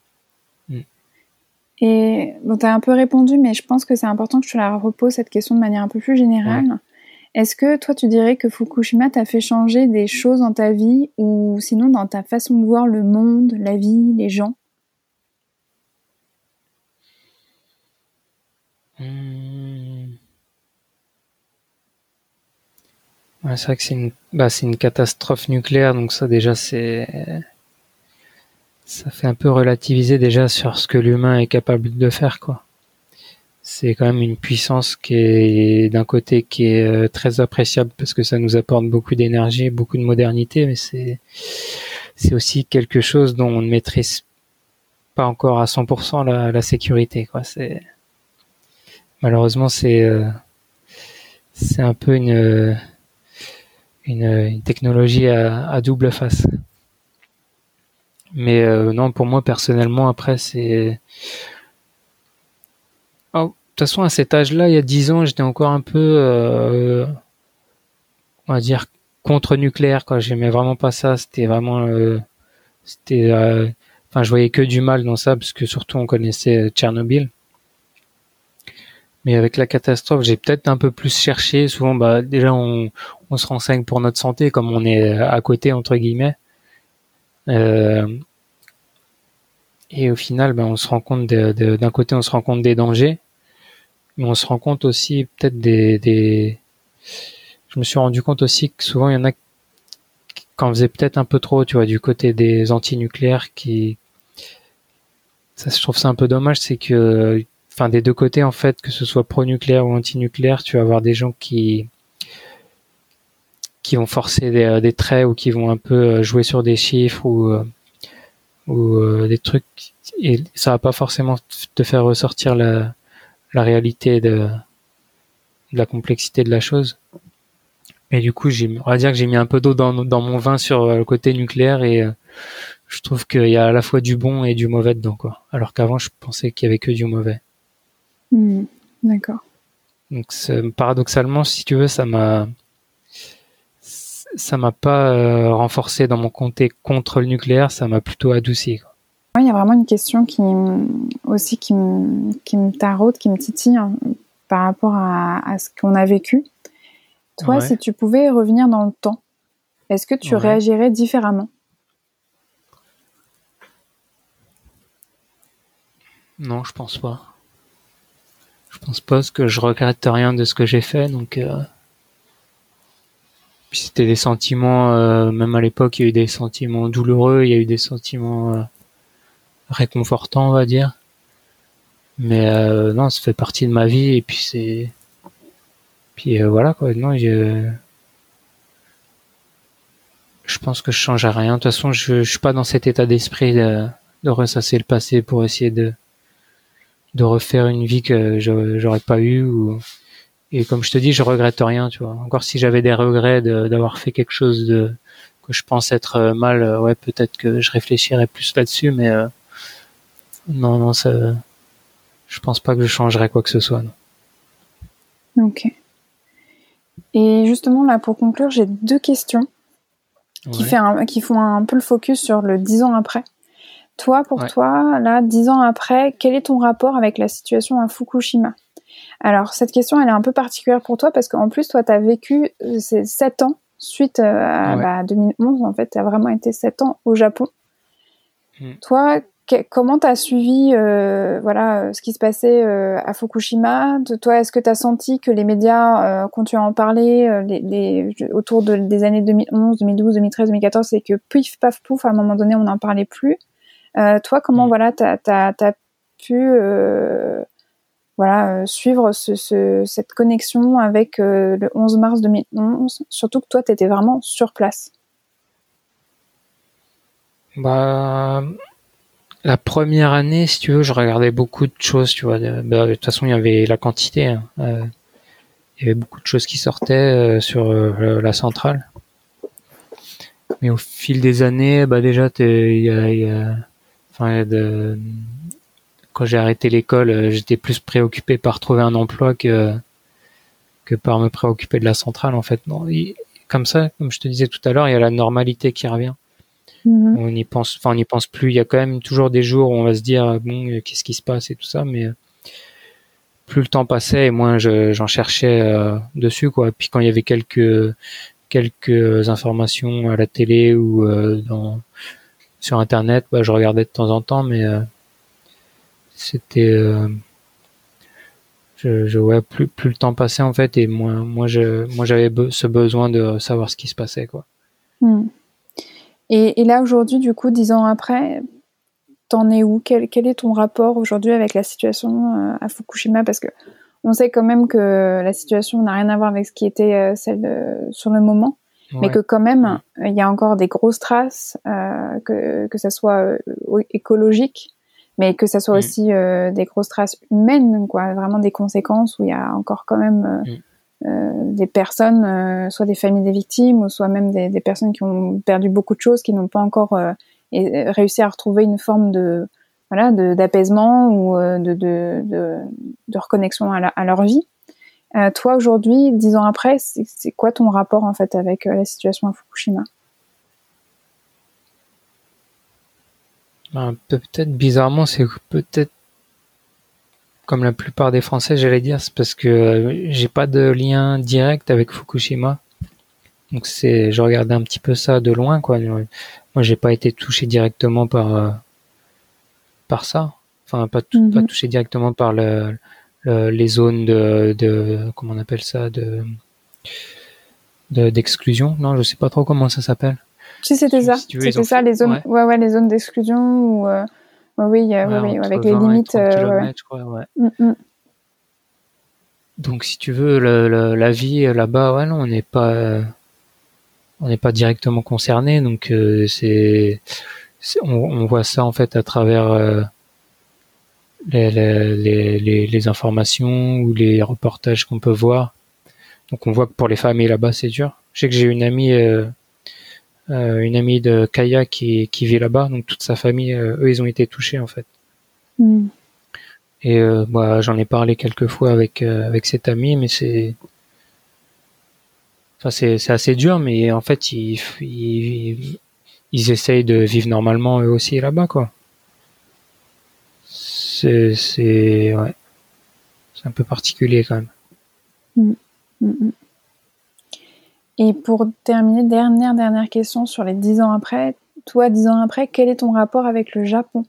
Et bon, tu as un peu répondu, mais je pense que c'est important que je te la repose, cette question, de manière un peu plus générale. Ouais. Est-ce que toi, tu dirais que Fukushima t'a fait changer des choses dans ta vie, ou sinon dans ta façon de voir le monde, la vie, les gens ? Ouais, c'est vrai que c'est une catastrophe nucléaire, donc ça déjà ça fait un peu relativiser déjà sur ce que l'humain est capable de faire, quoi. C'est quand même une puissance qui est d'un côté qui est très appréciable parce que ça nous apporte beaucoup d'énergie, beaucoup de modernité, mais c'est aussi quelque chose dont on ne maîtrise pas encore à 100% la sécurité, quoi. Malheureusement c'est un peu une technologie à double face. Mais non, pour moi personnellement, après c'est de toute façon, à cet âge-là, il y a 10 ans, j'étais encore un peu, on va dire, contre nucléaire, quoi. J'aimais vraiment pas ça. C'était vraiment, enfin, je voyais que du mal dans ça, parce que surtout, on connaissait Tchernobyl. Mais avec la catastrophe, j'ai peut-être un peu plus cherché. Souvent, déjà, on se renseigne pour notre santé, comme on est à côté, entre guillemets. Et au final, on se rend compte d'un côté, on se rend compte des dangers, mais on se rend compte aussi peut-être je me suis rendu compte aussi que souvent il y en a qui en faisaient peut-être un peu trop, tu vois, du côté des anti-nucléaires ça, je trouve ça un peu dommage, c'est que, enfin, des deux côtés, en fait, que ce soit pro-nucléaire ou anti-nucléaire, tu vas avoir des gens qui vont forcer des traits ou qui vont un peu jouer sur des chiffres ou des trucs, et ça va pas forcément te faire ressortir la réalité de la complexité de la chose. Et du coup, on va dire que j'ai mis un peu d'eau dans mon vin sur le côté nucléaire, et je trouve qu'il y a à la fois du bon et du mauvais dedans, quoi. Alors qu'avant, je pensais qu'il y avait que du mauvais. D'accord. Donc, paradoxalement, si tu veux, ça m'a pas renforcé dans mon côté contre le nucléaire, ça m'a plutôt adouci, quoi. Il y a vraiment une question qui me taraude, qui me titille, hein, par rapport à ce qu'on a vécu. Toi, si tu pouvais revenir dans le temps, est-ce que tu réagirais différemment ? Non, je pense pas. Je pense pas, parce que je regrette rien de ce que j'ai fait, donc puis c'était des sentiments, même à l'époque, il y a eu des sentiments douloureux, il y a eu des sentiments réconfortants, on va dire. Mais non, ça fait partie de ma vie, et puis voilà, quoi. Non, je pense que je changerai rien. De toute façon, je suis pas dans cet état d'esprit de ressasser le passé pour essayer de refaire une vie que j'aurais pas eue, et comme je te dis, je regrette rien, tu vois. Encore si j'avais des regrets d'avoir fait quelque chose que je pense être mal, peut-être que je réfléchirais plus là-dessus, mais non, ça, je pense pas que je changerais quoi que ce soit, non. Ok. Et justement, là, pour conclure, j'ai 2 questions qui font un peu le focus sur le 10 ans après. Toi, pour toi, là, 10 ans après, quel est ton rapport avec la situation à Fukushima ? Alors, cette question, elle est un peu particulière pour toi parce qu'en plus, toi, tu as vécu ces 7 ans suite à 2011. En fait, tu as vraiment été 7 ans au Japon. Toi, comment tu as suivi ce qui se passait à Fukushima? Toi, est-ce que tu as senti que les médias continuaient à en parler autour des années 2011, 2012, 2013, 2014, et que pif, paf, pouf, à un moment donné, on n'en parlait plus? Toi, comment t'as pu suivre cette connexion avec le 11 mars 2011, surtout que toi, tu étais vraiment sur place? Bah, la première année, si tu veux, je regardais beaucoup de choses, tu vois. De toute façon, il y avait la quantité. Hein. Il y avait beaucoup de choses qui sortaient sur la centrale. Mais au fil des années, déjà, quand j'ai arrêté l'école, j'étais plus préoccupé par trouver un emploi que par me préoccuper de la centrale, en fait. Non, comme ça, comme je te disais tout à l'heure, il y a la normalité qui revient. On n'y pense plus. Il y a quand même toujours des jours où on va se dire bon, qu'est-ce qui se passe et tout ça, mais plus le temps passait et moins j'en cherchais dessus, quoi. Puis quand il y avait quelques informations à la télé ou sur internet, je regardais de temps en temps, mais c'était plus le temps passait, en fait, et moi j'avais ce besoin de savoir ce qui se passait, quoi. Et là, aujourd'hui, du coup, 10 ans après, t'en es où? Quel est ton rapport aujourd'hui avec la situation à Fukushima? Parce que on sait quand même que la situation n'a rien à voir avec ce qui était celle sur le moment, mais que quand même, il y a encore des grosses traces, que ça soit écologique, mais que ça soit aussi des grosses traces humaines, quoi, vraiment des conséquences où il y a encore quand même des personnes, soit des familles des victimes, ou soit même des personnes qui ont perdu beaucoup de choses, qui n'ont pas encore réussi à retrouver une forme d'apaisement ou de reconnexion à leur vie. Toi, aujourd'hui, 10 ans après, c'est quoi ton rapport, en fait, avec la situation à Fukushima? Peut-être bizarrement, c'est peut-être comme la plupart des Français, j'allais dire, c'est parce que j'ai pas de lien direct avec Fukushima. Donc je regardais un petit peu ça de loin, quoi. Moi, j'ai pas été touché directement par ça. Enfin, pas touché directement par les zones de comment on appelle ça, d'exclusion. Non, je sais pas trop comment ça s'appelle. Si, c'était ça. C'était ça, les zones, les zones d'exclusion ou avec les limites. Kilomètres, je crois, Donc, si tu veux, la vie là-bas, non, on n'est pas directement concerné. Donc, on voit ça, en fait, à travers les informations ou les reportages qu'on peut voir. Donc, on voit que pour les familles là-bas, c'est dur. Je sais que j'ai une amie de Kaya qui vit là-bas, donc toute sa famille, eux, ils ont été touchés, en fait. Et j'en ai parlé quelques fois avec cet ami, mais c'est assez dur, mais en fait ils essayent de vivre normalement eux aussi là-bas, quoi. C'est un peu particulier quand même. Et pour terminer, dernière question sur les 10 ans après. Toi, 10 ans après, quel est ton rapport avec le Japon?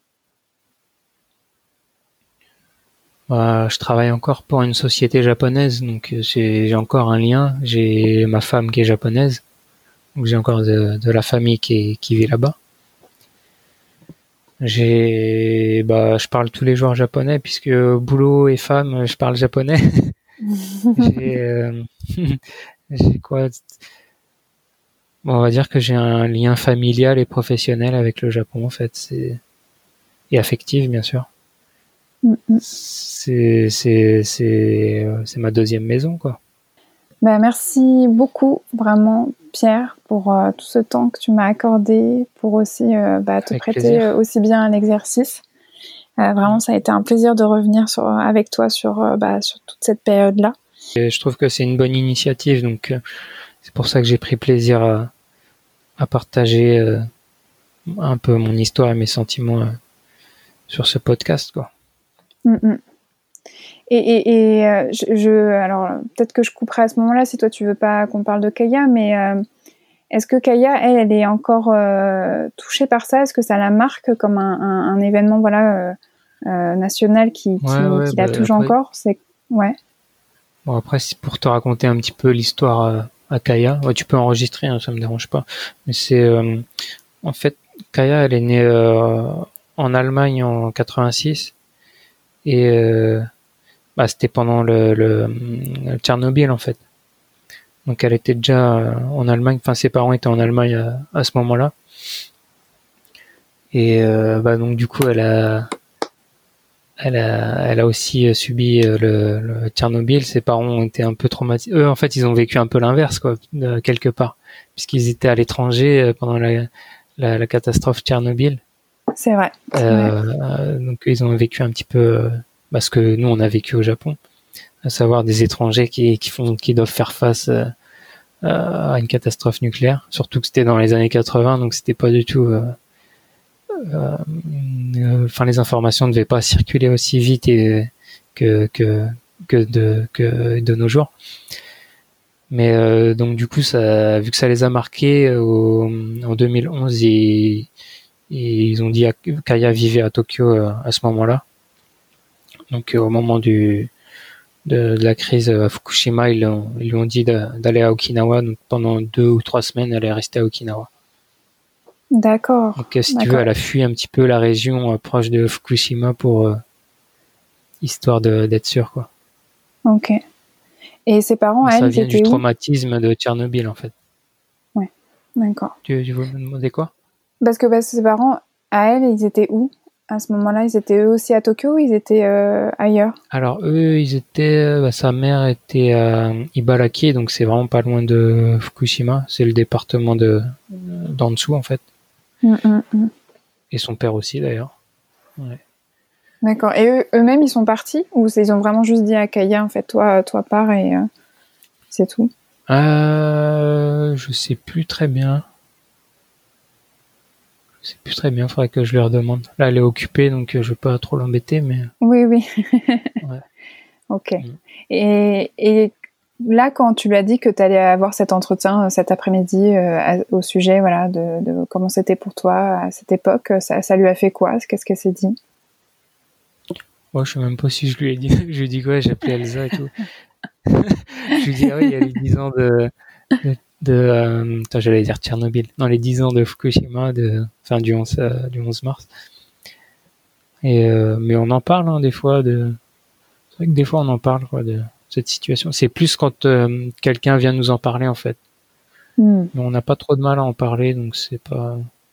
Je travaille encore pour une société japonaise, donc j'ai encore un lien. J'ai ma femme qui est japonaise, donc j'ai encore de la famille qui vit là-bas. Je parle tous les jours japonais puisque boulot et femme, je parle japonais. J'ai quoi? On va dire que j'ai un lien familial et professionnel avec le Japon, en fait, et affectif, bien sûr. C'est ma deuxième maison, quoi. Merci beaucoup, vraiment, Pierre, pour tout ce temps que tu m'as accordé, pour aussi te prêter aussi bien à l'exercice. Vraiment, ça a été un plaisir de revenir avec toi sur toute cette période-là. Et je trouve que c'est une bonne initiative, donc c'est pour ça que j'ai pris plaisir à partager un peu mon histoire et mes sentiments sur ce podcast, quoi. Alors peut-être que je couperai à ce moment-là si toi tu veux pas qu'on parle de Kaya, mais est-ce que Kaya, elle est encore touchée par ça? Est-ce que ça la marque comme un événement national qui la touche après, encore? Ouais. Bon, après, c'est pour te raconter un petit peu l'histoire à Kaya. Ouais, tu peux enregistrer, hein, ça me dérange pas. Mais c'est en fait, Kaya, elle est née en Allemagne en 86 et c'était pendant le Tchernobyl en fait. Donc elle était déjà en Allemagne. Enfin, ses parents étaient en Allemagne à ce moment-là. Et donc du coup, elle a aussi subi le Tchernobyl. Ses parents ont été un peu traumatisés. Eux, en fait, ils ont vécu un peu l'inverse, quoi, quelque part, puisqu'ils étaient à l'étranger pendant la catastrophe Tchernobyl. C'est vrai. Donc, ils ont vécu un petit peu ce que nous on a vécu au Japon, à savoir des étrangers qui doivent faire face à une catastrophe nucléaire. Surtout que c'était dans les années 80, donc c'était pas du tout. Les informations ne devaient pas circuler aussi vite que de nos jours. Mais donc du coup, vu que ça les a marqués en 2011, et ils ont dit Kaya vivait à Tokyo à ce moment-là. Donc au moment de la crise à Fukushima, ils lui ont dit d'aller à Okinawa. Donc pendant 2 ou 3 semaines, elle est restée à Okinawa. D'accord. Donc si tu veux, elle a fui un petit peu la région proche de Fukushima pour histoire d'être sûre, quoi. Ok. Et ses parents, ça elle, vient c'était du où? traumatisme de Tchernobyl, en fait. Ouais. D'accord. Tu veux me demander quoi? Parce que ses parents, à elle, ils étaient où? À ce moment-là, ils étaient eux aussi à Tokyo ou ils étaient ailleurs? Alors eux, ils étaient. Sa mère était à Ibaraki, donc c'est vraiment pas loin de Fukushima. C'est le département d'en dessous, en fait. Et son père aussi, d'ailleurs. Ouais. D'accord. Et eux-mêmes, ils sont partis? Ou ils ont vraiment juste dit à Kaya, en fait, toi pars et c'est tout? Je sais plus très bien. Faudrait que je leur demande. Là, elle est occupée, donc je vais pas trop l'embêter, mais... Oui. Ouais. Ok. Et là, quand tu lui as dit que tu allais avoir cet entretien cet après-midi au sujet de comment c'était pour toi à cette époque, ça lui a fait quoi? Qu'est-ce qu'elle s'est dit? Moi, je sais même pas si je lui ai dit. Je lui ai dit quoi? J'ai appelé Elsa et tout. Je lui ai dit, il y a les 10 ans j'allais dire Tchernobyl. Non, les 10 ans de Fukushima, du 11 mars. Mais on en parle, hein, des fois, c'est vrai que des fois on en parle, quoi, de cette situation. C'est plus quand quelqu'un vient nous en parler, en fait. Mais on n'a pas trop de mal à en parler, donc c'est pas...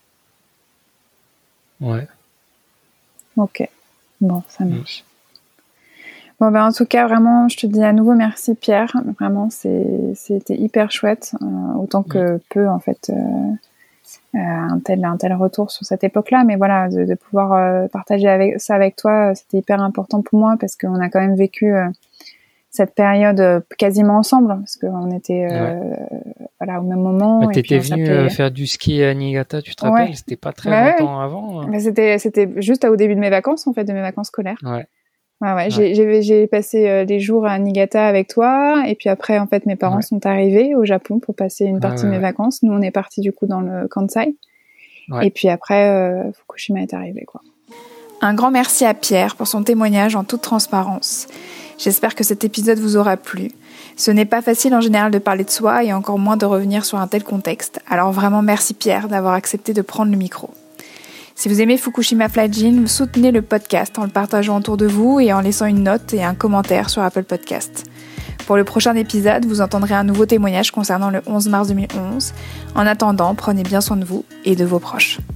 Ouais. Ok. Bon, ça marche. Bon, en tout cas, vraiment, je te dis à nouveau merci, Pierre. Vraiment, c'était hyper chouette. Autant que peu, en fait, un tel retour sur cette époque-là. Mais voilà, de pouvoir partager ça avec toi, c'était hyper important pour moi parce qu'on a quand même vécu cette période quasiment ensemble parce qu'on était au même moment. T'étais venu faire du ski à Niigata, tu te rappelles? C'était pas très longtemps avant. Mais c'était juste au début de mes vacances, en fait, de mes vacances scolaires. Ouais. J'ai passé des jours à Niigata avec toi, et puis après, en fait, mes parents sont arrivés au Japon pour passer une partie de mes vacances. Nous, on est partis du coup dans le Kansai. Et puis après, Fukushima est arrivé, quoi. Un grand merci à Pierre pour son témoignage en toute transparence. J'espère que cet épisode vous aura plu. Ce n'est pas facile en général de parler de soi et encore moins de revenir sur un tel contexte. Alors vraiment merci Pierre d'avoir accepté de prendre le micro. Si vous aimez Fukushima Flight-Jean, soutenez le podcast en le partageant autour de vous et en laissant une note et un commentaire sur Apple Podcast. Pour le prochain épisode, vous entendrez un nouveau témoignage concernant le 11 mars 2011. En attendant, prenez bien soin de vous et de vos proches.